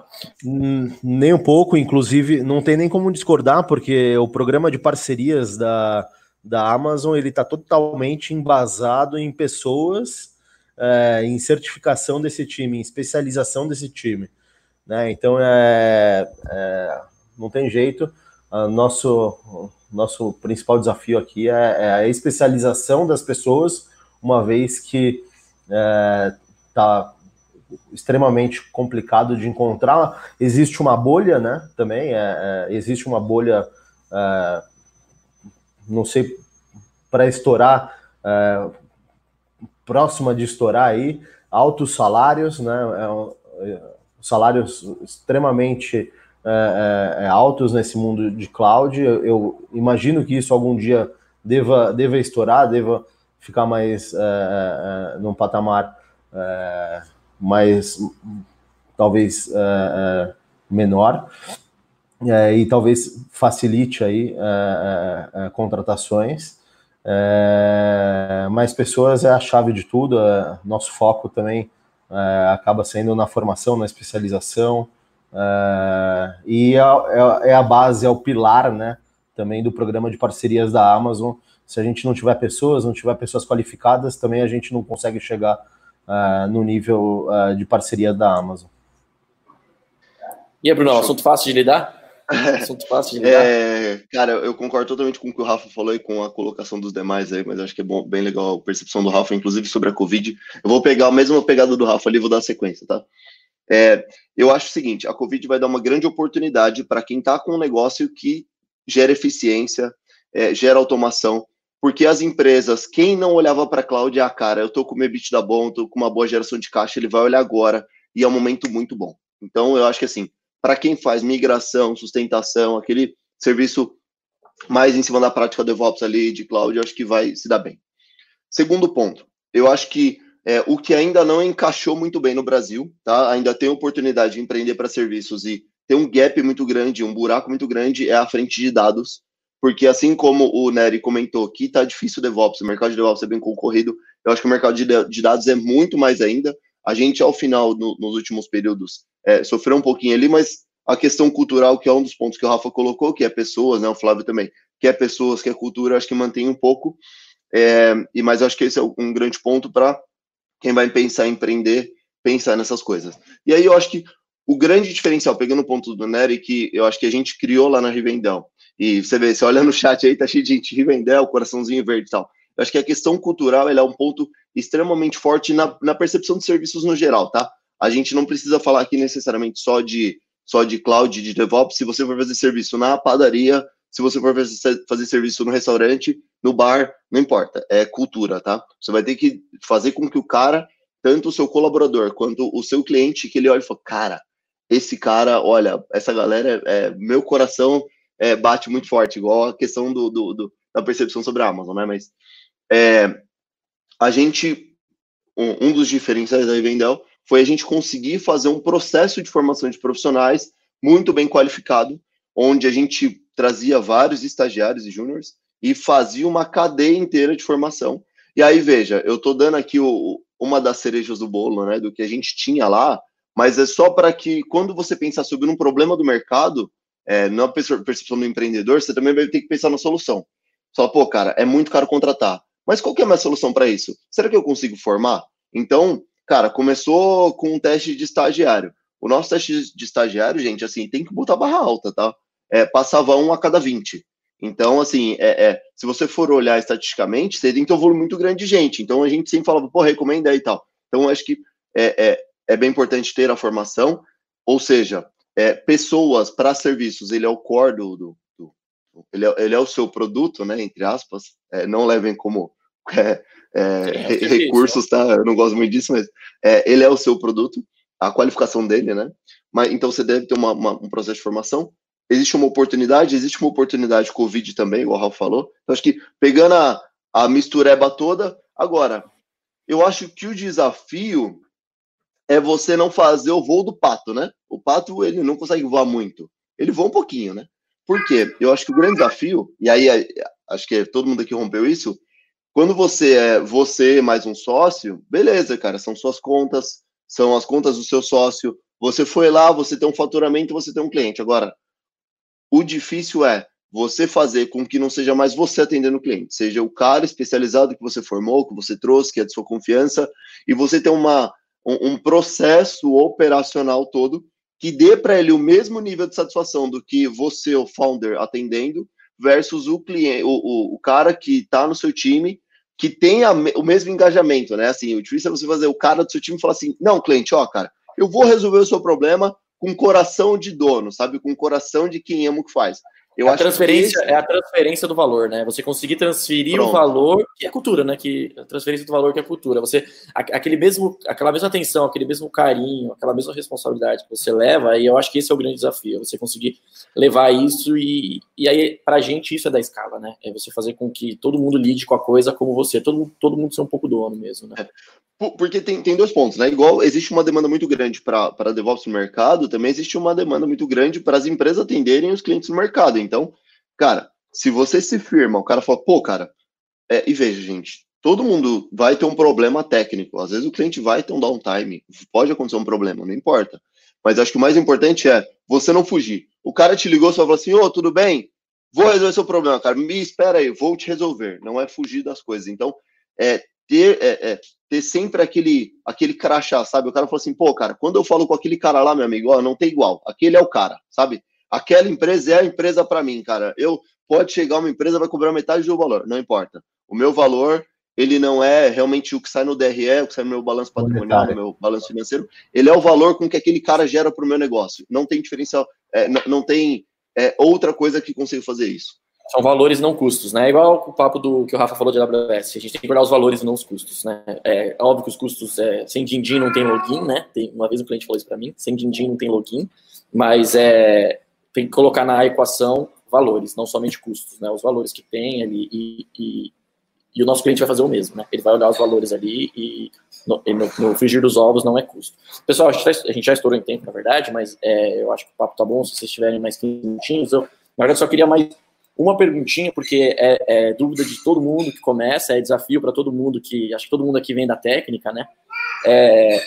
Nem um pouco, inclusive, não tem nem como discordar, porque o programa de parcerias da, da Amazon, ele está totalmente embasado em pessoas, é, em certificação desse time, em especialização desse time, né? Então, é, é, não tem jeito. A nosso, nosso principal desafio aqui é, é a especialização das pessoas, uma vez que está é, extremamente complicado de encontrar. Existe uma bolha, né, também, é, é, existe uma bolha, é, não sei, para estourar, é, próxima de estourar aí, altos salários, né, é, salários extremamente é, é, altos nesse mundo de cloud. Eu, eu imagino que isso algum dia deva, deva estourar, deva ficar mais é, é, num patamar é, mais, talvez, é, é, menor, é, e talvez facilite aí é, é, contratações. É, mais pessoas é a chave de tudo. É, nosso foco também é, acaba sendo na formação, na especialização, é, e é, é, é a base, é o pilar, né, também do programa de parcerias da Amazon. Se a gente não tiver pessoas, não tiver pessoas qualificadas, também a gente não consegue chegar uh, no nível uh, de parceria da Amazon. E aí, Bruno, assunto fácil de lidar? Assunto fácil de lidar? É, cara, eu concordo totalmente com o que o Rafa falou e com a colocação dos demais aí, mas acho que é bom, bem legal a percepção do Rafa, inclusive sobre a Covid. Eu vou pegar a mesma pegada do Rafa ali e vou dar sequência, tá? É, eu acho o seguinte, a Covid vai dar uma grande oportunidade para quem está com um negócio que gera eficiência, é, gera automação, porque as empresas, quem não olhava para a cloud, é a cara, eu tô com o meu EBITDA bom, tô com uma boa geração de caixa, ele vai olhar agora, e é um momento muito bom. Então, eu acho que assim, para quem faz migração, sustentação, aquele serviço mais em cima da prática DevOps ali de cloud, eu acho que vai se dar bem. Segundo ponto, eu acho que é, o que ainda não encaixou muito bem no Brasil, tá? Ainda tem oportunidade de empreender para serviços e tem um gap muito grande, um buraco muito grande, é a frente de dados, porque assim como o Nery comentou que está difícil o DevOps, o mercado de DevOps é bem concorrido, eu acho que o mercado de, de dados é muito mais ainda. A gente, ao final, no, nos últimos períodos, é, sofreu um pouquinho ali, mas a questão cultural, que é um dos pontos que o Rafa colocou, que é pessoas, né, o Flávio também, que é pessoas, que é cultura, acho que mantém um pouco, é, e mas acho que esse é um grande ponto para quem vai pensar em empreender, pensar nessas coisas. E aí eu acho que o grande diferencial, pegando o ponto do Nery, que eu acho que a gente criou lá na Rivendell, e você vê, você olha no chat aí, tá cheio de gente, Rivendell, coraçãozinho verde e tal. Eu acho que a questão cultural, ela é um ponto extremamente forte na, na percepção de serviços no geral, tá? A gente não precisa falar aqui necessariamente só de, só de cloud, de DevOps. Se você for fazer serviço na padaria, se você for fazer, fazer serviço no restaurante, no bar, não importa, é cultura, tá? Você vai ter que fazer com que o cara, tanto o seu colaborador quanto o seu cliente, que ele olhe e fale, cara, esse cara, olha, essa galera, é, meu coração é, bate muito forte, igual a questão do, do, do, da percepção sobre a Amazon, né? Mas é, a gente, um, um dos diferenciais da Rivendell foi a gente conseguir fazer um processo de formação de profissionais muito bem qualificado, onde a gente trazia vários estagiários e júniores e fazia uma cadeia inteira de formação. E aí, veja, eu estou dando aqui o, uma das cerejas do bolo, né, do que a gente tinha lá, mas é só para que, quando você pensar sobre um problema do mercado, é, na percepção do empreendedor, você também vai ter que pensar na solução. Você fala, pô, cara, é muito caro contratar. Mas qual que é a minha solução para isso? Será que eu consigo formar? Então, cara, começou com um teste de estagiário. O nosso teste de estagiário, gente, assim, tem que botar barra alta, tá? É, passava um a cada vinte. Então, assim, é, é, se você for olhar estatisticamente, você tem que ter um volume muito grande de gente. Então, a gente sempre falava, pô, recomenda aí e tal. Então, acho que é, é, é bem importante ter a formação, ou seja, é, pessoas para serviços, ele é o core do... do, do ele, é, ele é o seu produto, né, entre aspas, é, não levem como é, é, Sim, é recursos, tá? Eu não gosto muito disso, mas é, ele é o seu produto, a qualificação dele, né? Mas, então, você deve ter uma, uma, um processo de formação. Existe uma oportunidade, existe uma oportunidade Covid também, igual o Rafa falou. Então, acho que pegando a, a mistureba toda, agora, eu acho que o desafio é você não fazer o voo do pato, né? O pato, ele não consegue voar muito. Ele voa um pouquinho, né? Por quê? Eu acho que o grande desafio, e aí acho que todo mundo aqui rompeu isso, quando você é você mais um sócio, beleza, cara, são suas contas, são as contas do seu sócio, você foi lá, você tem um faturamento, você tem um cliente. Agora, o difícil é você fazer com que não seja mais você atendendo o cliente, seja o cara especializado que você formou, que você trouxe, que é de sua confiança, e você ter uma, um, um processo operacional todo que dê para ele o mesmo nível de satisfação do que você, o founder, atendendo, versus o cliente, o, o, o cara que está no seu time, que tem a, o mesmo engajamento, né? Assim, o difícil é você fazer o cara do seu time falar assim, não, cliente, ó, cara, eu vou resolver o seu problema com coração de dono, sabe? Com coração de quem ama o que faz. Eu a acho transferência que esse... é a transferência do valor, né? Você conseguir transferir Pronto. o valor, que é cultura, né? Que a transferência do valor que é cultura. Você aquele mesmo, aquela mesma atenção, aquele mesmo carinho, aquela mesma responsabilidade que você leva, e eu acho que esse é o grande desafio, você conseguir levar isso e, e aí pra gente isso é da escala, né? É você fazer com que todo mundo lide com a coisa como você, todo, todo mundo ser um pouco dono mesmo, né? É. Porque tem, tem dois pontos, né? Igual existe uma demanda muito grande para DevOps no mercado, também existe uma demanda muito grande para as empresas atenderem os clientes no mercado. Então, cara, se você se firma, o cara fala, pô, cara, é, e veja, gente, todo mundo vai ter um problema técnico. Às vezes o cliente vai ter um downtime, pode acontecer um problema, não importa. Mas acho que o mais importante é você não fugir. O cara te ligou, você vai falar assim, ô, tudo bem? Vou resolver seu problema, cara. Me espera aí, vou te resolver. Não é fugir das coisas. Então, é ter, é, é, ter sempre aquele, aquele crachá, sabe? O cara fala assim, pô, cara, quando eu falo com aquele cara lá, meu amigo, ó, não tem igual. Aquele é o cara, sabe? Aquela empresa é a empresa para mim, cara. Eu pode chegar uma empresa, vai cobrar metade do valor, não importa. O meu valor, ele não é realmente o que sai no D R E, o que sai no meu balanço patrimonial, no meu balanço financeiro. Ele é o valor com que aquele cara gera para o meu negócio. Não tem diferencial, é, não, não tem é, outra coisa que consiga fazer isso. São valores, não custos, né? Igual o papo do que o Rafa falou de A W S. A gente tem que olhar os valores e não os custos, né? É óbvio que os custos, é, sem din-din não tem login, né? Tem, uma vez o cliente falou isso para mim, sem din-din não tem login, mas é, tem que colocar na equação valores, não somente custos, né? Os valores que tem ali e, e, e o nosso cliente vai fazer o mesmo, né? Ele vai olhar os valores ali e no, no, no frigir dos ovos não é custo. Pessoal, a gente, tá, a gente já estourou em tempo, na verdade, mas é, eu acho que o papo tá bom, se vocês tiverem mais quinze minutinhos. Eu, na verdade, só queria mais uma perguntinha, porque é, é dúvida de todo mundo que começa, é desafio para todo mundo, que acho que todo mundo aqui vem da técnica, né? É,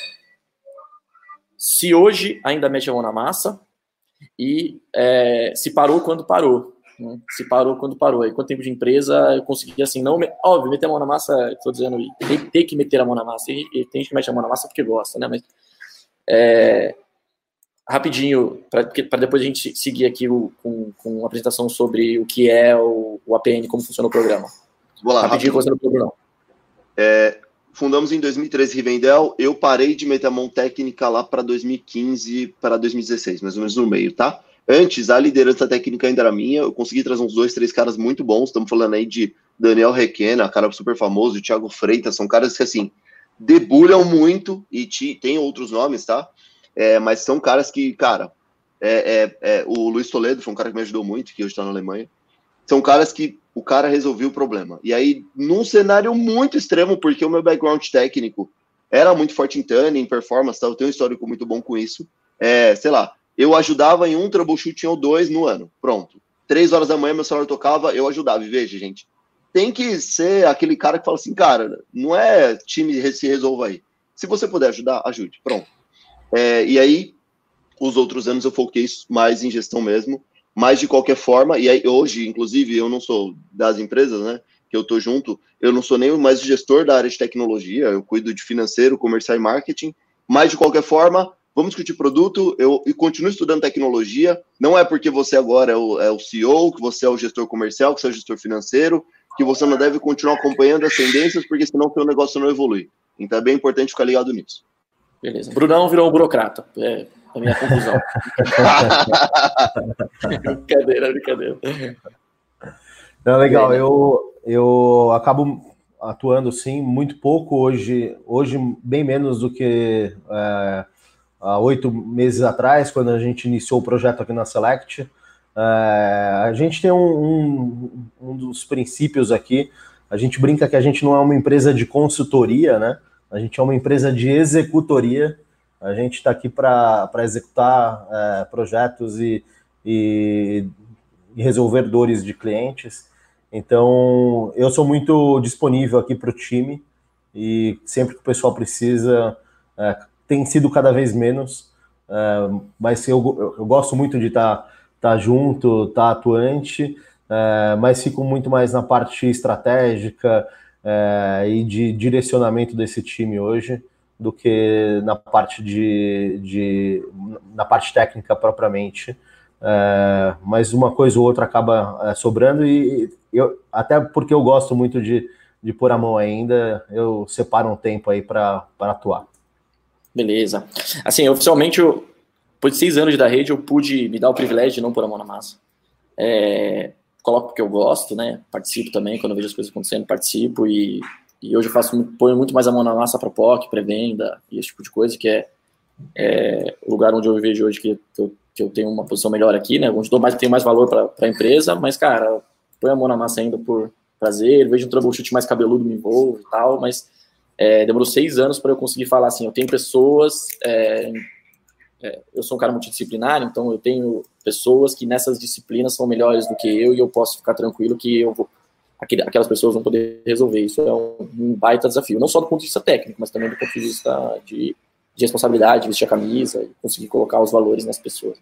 se hoje ainda mete a mão na massa e é, se parou quando parou, né? Se parou quando parou. Aí, quanto tempo de empresa eu consegui, assim, não... Óbvio, meter a mão na massa, estou dizendo, tem, tem que meter a mão na massa, e, e tem gente que mete a mão na massa porque gosta, né? Mas, é, rapidinho, para depois a gente seguir aqui o, com, com uma apresentação sobre o que é o, o A P N, como funciona o programa. Vou lá, rapidinho, rapidinho. o programa. É, fundamos em dois mil e treze Rivendell, eu parei de meter a mão técnica lá para dois mil e quinze, para dois mil e dezesseis, mais ou menos no meio, tá? Antes, a liderança técnica ainda era minha, eu consegui trazer uns dois, três caras muito bons, estamos falando aí de Daniel Requena, cara super famoso, e Thiago Freitas, são caras que, assim, debulham muito, e te, tem outros nomes, tá? É, mas são caras que, cara, é, é, é, o Luiz Toledo foi um cara que me ajudou muito, que hoje está na Alemanha, são caras que o cara resolveu o problema. E aí, num cenário muito extremo, porque o meu background técnico era muito forte em tuning, em performance, tá? Eu tenho um histórico muito bom com isso, é, sei lá, eu ajudava em um troubleshooting ou dois no ano. Pronto. Três horas da manhã, meu celular tocava, eu ajudava. E veja, gente, tem que ser aquele cara que fala assim, cara, não é time se resolva aí. Se você puder ajudar, ajude. Pronto. É, e aí, os outros anos eu foquei mais em gestão mesmo. Mas, de qualquer forma, e aí hoje, inclusive, eu não sou das empresas, né, que eu tô junto, eu não sou nem mais gestor da área de tecnologia, eu cuido de financeiro, comercial e marketing. Mas, de qualquer forma, vamos discutir produto, eu, eu continuo estudando tecnologia, não é porque você agora é o, é o C E O, que você é o gestor comercial, que você é o gestor financeiro, que você não deve continuar acompanhando as tendências, porque senão o seu negócio não evolui. Então é bem importante ficar ligado nisso. Beleza. Brunão virou um burocrata, é a minha conclusão. Brincadeira, brincadeira. Não, legal, eu, eu acabo atuando, sim, muito pouco hoje, hoje bem menos do que... É, há oito meses atrás, quando a gente iniciou o projeto aqui na Select. É, a gente tem um, um, um dos princípios aqui, a gente brinca que a gente não é uma empresa de consultoria, né? A gente é uma empresa de executoria, a gente está aqui para executar é, projetos e, e, e resolver dores de clientes. Então, eu sou muito disponível aqui para o time e sempre que o pessoal precisa... É, tem sido cada vez menos, uh, mas eu, eu gosto muito de estar tá, tá junto, estar tá atuante, uh, mas fico muito mais na parte estratégica uh, e de direcionamento desse time hoje do que na parte de, de na parte técnica propriamente. Uh, mas uma coisa ou outra acaba uh, sobrando e eu, até porque eu gosto muito de, de pôr a mão ainda, eu separo um tempo aí para atuar. Beleza. Assim, oficialmente, eu, depois de seis anos da rede, eu pude me dar o privilégio de não pôr a mão na massa. É, coloco porque eu gosto, né? Participo também, quando eu vejo as coisas acontecendo, participo e, e hoje eu faço, ponho muito mais a mão na massa para P O C, pré-venda e esse tipo de coisa, que é, é o lugar onde eu vejo hoje que eu, que eu tenho uma posição melhor aqui, né? Onde dou mais, tenho mais valor para a empresa, mas, cara, põe a mão na massa ainda por prazer, vejo um troubleshoot mais cabeludo, me envolvo e tal, mas É, demorou seis anos para eu conseguir falar assim, eu tenho pessoas, é, é, eu sou um cara multidisciplinar, então eu tenho pessoas que nessas disciplinas são melhores do que eu e eu posso ficar tranquilo que eu vou, aquele, aquelas pessoas vão poder resolver. Isso é um, um baita desafio, não só do ponto de vista técnico, mas também do ponto de vista de, de responsabilidade, vestir a camisa e conseguir colocar os valores nas pessoas.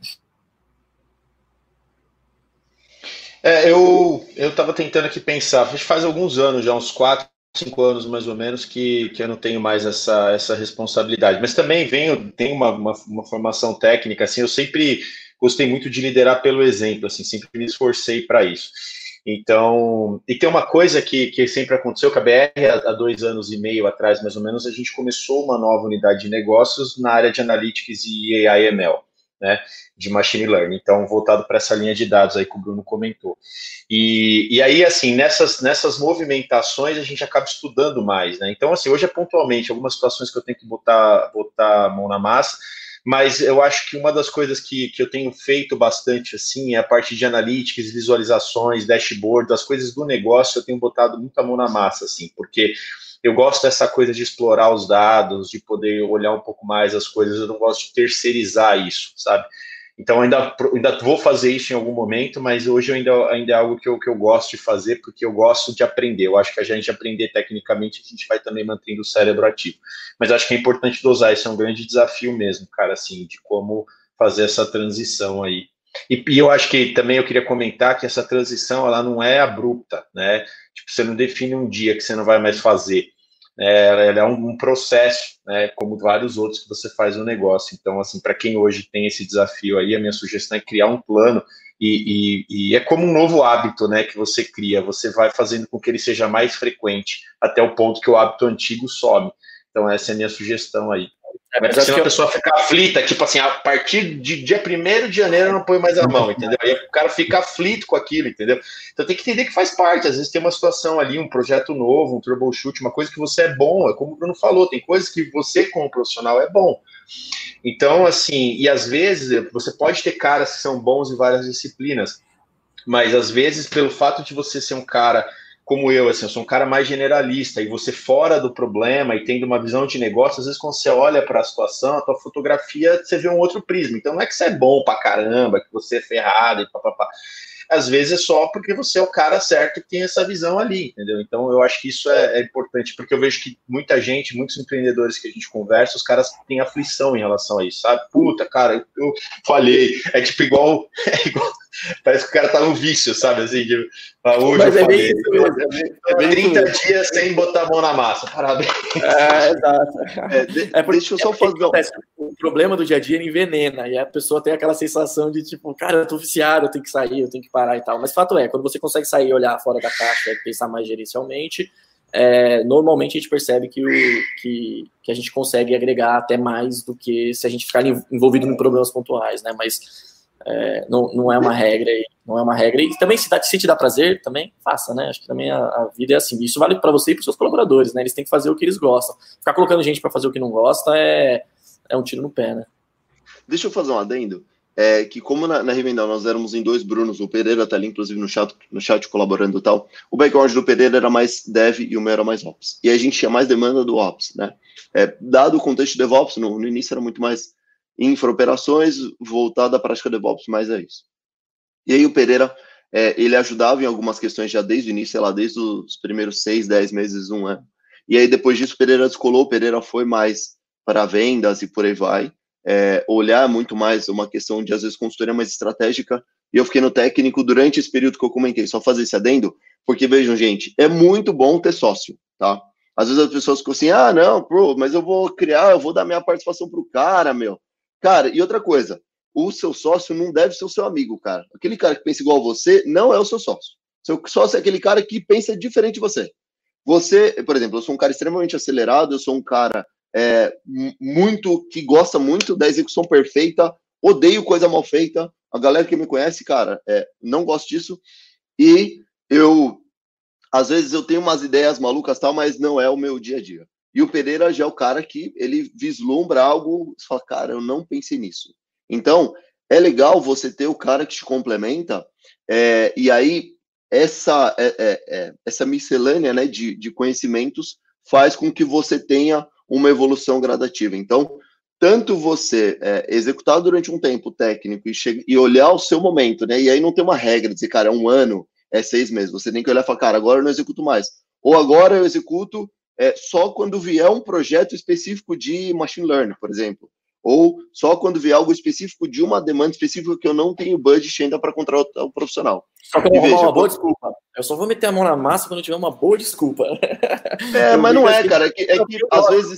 É, eu eu estava tentando aqui pensar, faz alguns anos já, uns quatro, cinco anos mais ou menos que, que eu não tenho mais essa, essa responsabilidade, mas também venho, tenho uma, uma, uma formação técnica, assim, eu sempre gostei muito de liderar pelo exemplo, assim, sempre me esforcei para isso. Então, e tem uma coisa que, que sempre aconteceu, que a B R há dois anos e meio atrás, mais ou menos, a gente começou uma nova unidade de negócios na área de Analytics e A I M L, né, de Machine Learning, então voltado para essa linha de dados aí que o Bruno comentou. E, e aí, assim, nessas, nessas movimentações a gente acaba estudando mais, né, então, assim, hoje é pontualmente algumas situações que eu tenho que botar, botar a mão na massa, mas eu acho que uma das coisas que, que eu tenho feito bastante, assim, é a parte de analytics, visualizações, dashboard, as coisas do negócio, eu tenho botado muita mão na massa, assim, porque eu gosto dessa coisa de explorar os dados, de poder olhar um pouco mais as coisas, eu não gosto de terceirizar isso, sabe? Então, ainda, ainda vou fazer isso em algum momento, mas hoje ainda, ainda é algo que eu, que eu gosto de fazer, porque eu gosto de aprender. Eu acho que a gente aprender tecnicamente, a gente vai também mantendo o cérebro ativo. Mas acho que é importante dosar, isso é um grande desafio mesmo, cara, assim, de como fazer essa transição aí. E, e eu acho que também eu queria comentar que essa transição, ela não é abrupta, né? Tipo, você não define um dia que você não vai mais fazer. É, ela é um, um processo, né, como vários outros que você faz no negócio. Então, assim, para quem hoje tem esse desafio aí, a minha sugestão é criar um plano e, e, e é como um novo hábito, né, que você cria. Você vai fazendo com que ele seja mais frequente até o ponto que o hábito antigo some. Então, essa é a minha sugestão aí. É, mas senão a pessoa fica aflita, tipo assim, a partir de dia primeiro de janeiro eu não ponho mais a mão, entendeu? Aí o cara fica aflito com aquilo, entendeu? Então tem que entender que faz parte, às vezes tem uma situação ali, um projeto novo, um troubleshoot, uma coisa que você é bom, é como o Bruno falou, tem coisas que você como profissional é bom. Então, assim, e às vezes você pode ter caras que são bons em várias disciplinas, mas às vezes pelo fato de você ser um cara como eu, assim, eu sou um cara mais generalista, e você fora do problema e tendo uma visão de negócio, às vezes quando você olha para a situação, a tua fotografia, você vê um outro prisma. Então não é que você é bom pra caramba, que você é ferrado e papapá. Às vezes é só porque você é o cara certo que tem essa visão ali, entendeu? Então eu acho que isso é, é importante, porque eu vejo que muita gente, muitos empreendedores que a gente conversa, os caras têm aflição em relação a isso, sabe? Puta, cara, eu, eu falhei. É tipo igual, é igual... Parece que o cara tá no vício, sabe? Assim, de, ah, hoje Mas eu é falei. Bem isso mesmo, é bem, é bem trinta isso dias sem botar a mão na massa. Parabéns. É, exato. É, de, é porque, deixa eu só é fazer. O problema do dia a dia ele envenena, e a pessoa tem aquela sensação de tipo, cara, eu tô viciado, eu tenho que sair, eu tenho que parar e tal. Mas fato é, quando você consegue sair, olhar fora da caixa e pensar mais gerencialmente, é, normalmente a gente percebe que, o, que, que a gente consegue agregar até mais do que se a gente ficar envolvido em problemas pontuais, né? Mas É, não, não é uma regra, não é uma regra. E também, se, dá, se te dá prazer, também faça, né? Acho que também a, a vida é assim. Isso vale para você e para os seus colaboradores, né? Eles têm que fazer o que eles gostam. Ficar colocando gente para fazer o que não gosta é, é um tiro no pé, né? Deixa eu fazer um adendo. É que como na, na Revendal nós éramos em dois Brunos, o Pereira tá ali, inclusive, no chat, no chat colaborando e tal, o background do Pereira era mais Dev e o meu era mais Ops. E a gente tinha mais demanda do Ops, né? É, dado o contexto de DevOps, no, no início era muito mais infra-operações, voltada à prática DevOps, mas é isso. E aí o Pereira, é, ele ajudava em algumas questões já desde o início, sei lá, desde os primeiros seis, dez meses, um ano. E aí depois disso o Pereira descolou, o Pereira foi mais para vendas e por aí vai, é, olhar muito mais uma questão de, às vezes, consultoria mais estratégica, e eu fiquei no técnico durante esse período que eu comentei, só fazer esse adendo, porque vejam, gente, é muito bom ter sócio, tá? Às vezes as pessoas ficam assim, ah, não, bro, mas eu vou criar, eu vou dar minha participação pro cara, meu. Cara, e outra coisa, o seu sócio não deve ser o seu amigo, cara. Aquele cara que pensa igual a você não é o seu sócio. Seu sócio é aquele cara que pensa diferente de você. Você, por exemplo, eu sou um cara extremamente acelerado, eu sou um cara é, muito, que gosta muito da execução perfeita, odeio coisa mal feita. A galera que me conhece, cara, é, não gosto disso. E eu, às vezes eu tenho umas ideias malucas tal, mas não é o meu dia a dia. E o Pereira já é o cara que ele vislumbra algo e fala, cara, eu não pensei nisso. Então, é legal você ter o cara que te complementa, é, e aí essa, é, é, é, essa miscelânea, né, de, de conhecimentos faz com que você tenha uma evolução gradativa. Então, tanto você é, executar durante um tempo técnico e, che- e olhar o seu momento, né, e aí não tem uma regra de dizer, cara, é um ano, é seis meses. Você tem que olhar e falar, cara, agora eu não executo mais. Ou agora eu executo É, só quando vier um projeto específico de machine learning, por exemplo. Ou só quando vier algo específico de uma demanda específica que eu não tenho budget ainda para contratar o profissional. Só que eu vou arrumar uma boa desculpa. Eu só vou meter a mão na massa quando eu tiver uma boa desculpa. É, mas não é, cara. É que, é que às vezes...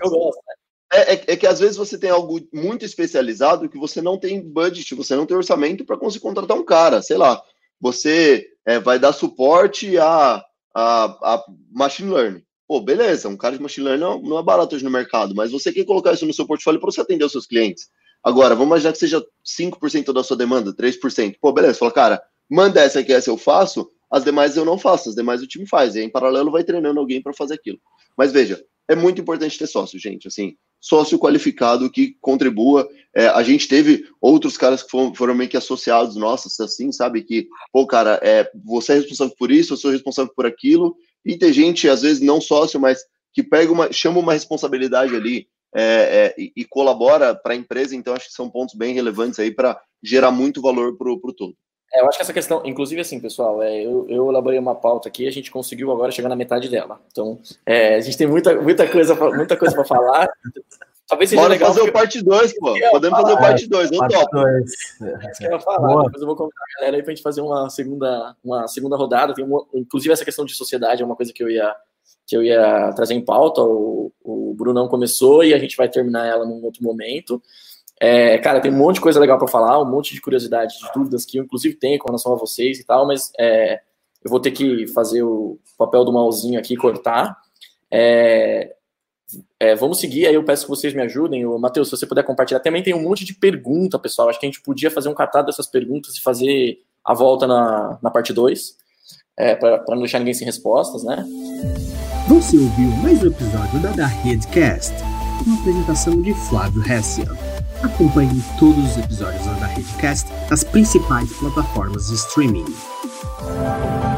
É, é, é que às vezes você tem algo muito especializado que você não tem budget, você não tem orçamento para conseguir contratar um cara. Sei lá, você é, vai dar suporte a, a, a machine learning. Pô, beleza, um cara de machine learning não, não é barato hoje no mercado, mas você quer colocar isso no seu portfólio para você atender os seus clientes. Agora, vamos imaginar que seja cinco por cento da sua demanda, três por cento. Pô, beleza, fala, cara, manda essa aqui, essa eu faço, as demais eu não faço, as demais o time faz. E aí, em paralelo, vai treinando alguém para fazer aquilo. Mas veja, é muito importante ter sócio, gente, assim, sócio qualificado que contribua. É, a gente teve outros caras que foram, foram meio que associados nossos, assim, sabe, que, pô, cara, é, você é responsável por isso, eu sou responsável por aquilo, e tem gente, às vezes, não sócio, mas que pega uma, chama uma responsabilidade ali é, é, e, e colabora para a empresa, então acho que são pontos bem relevantes aí para gerar muito valor para o todo. É, eu acho que essa questão, inclusive assim, pessoal, é, eu, eu elaborei uma pauta aqui, a gente conseguiu agora chegar na metade dela. Então, é, a gente tem muita, muita coisa muita coisa para falar. Talvez seja Bora legal fazer porque... o parte dois, pô. Podemos fazer o parte dois, eu topo. É isso que eu ia falar. Depois eu vou convidar a galera aí pra gente fazer uma segunda, uma segunda rodada. Tem uma, inclusive, essa questão de sociedade é uma coisa que eu ia, que eu ia trazer em pauta. O, o Brunão começou e a gente vai terminar ela num outro momento. É, cara, tem um monte de coisa legal para falar, um monte de curiosidades, de dúvidas que eu, inclusive, tenho com relação a vocês e tal, mas é, eu vou ter que fazer o papel do mauzinho aqui e cortar. É, é, vamos seguir, aí eu peço que vocês me ajudem. O Matheus, se você puder compartilhar, também tem um monte de pergunta, pessoal. Acho que a gente podia fazer um catado dessas perguntas e fazer a volta na, na parte dois, é, para não deixar ninguém sem respostas, né? Você ouviu mais um episódio da Da Redcast, com a apresentação de Flávio Hessia. Acompanhe todos os episódios da Redcast nas principais plataformas de streaming.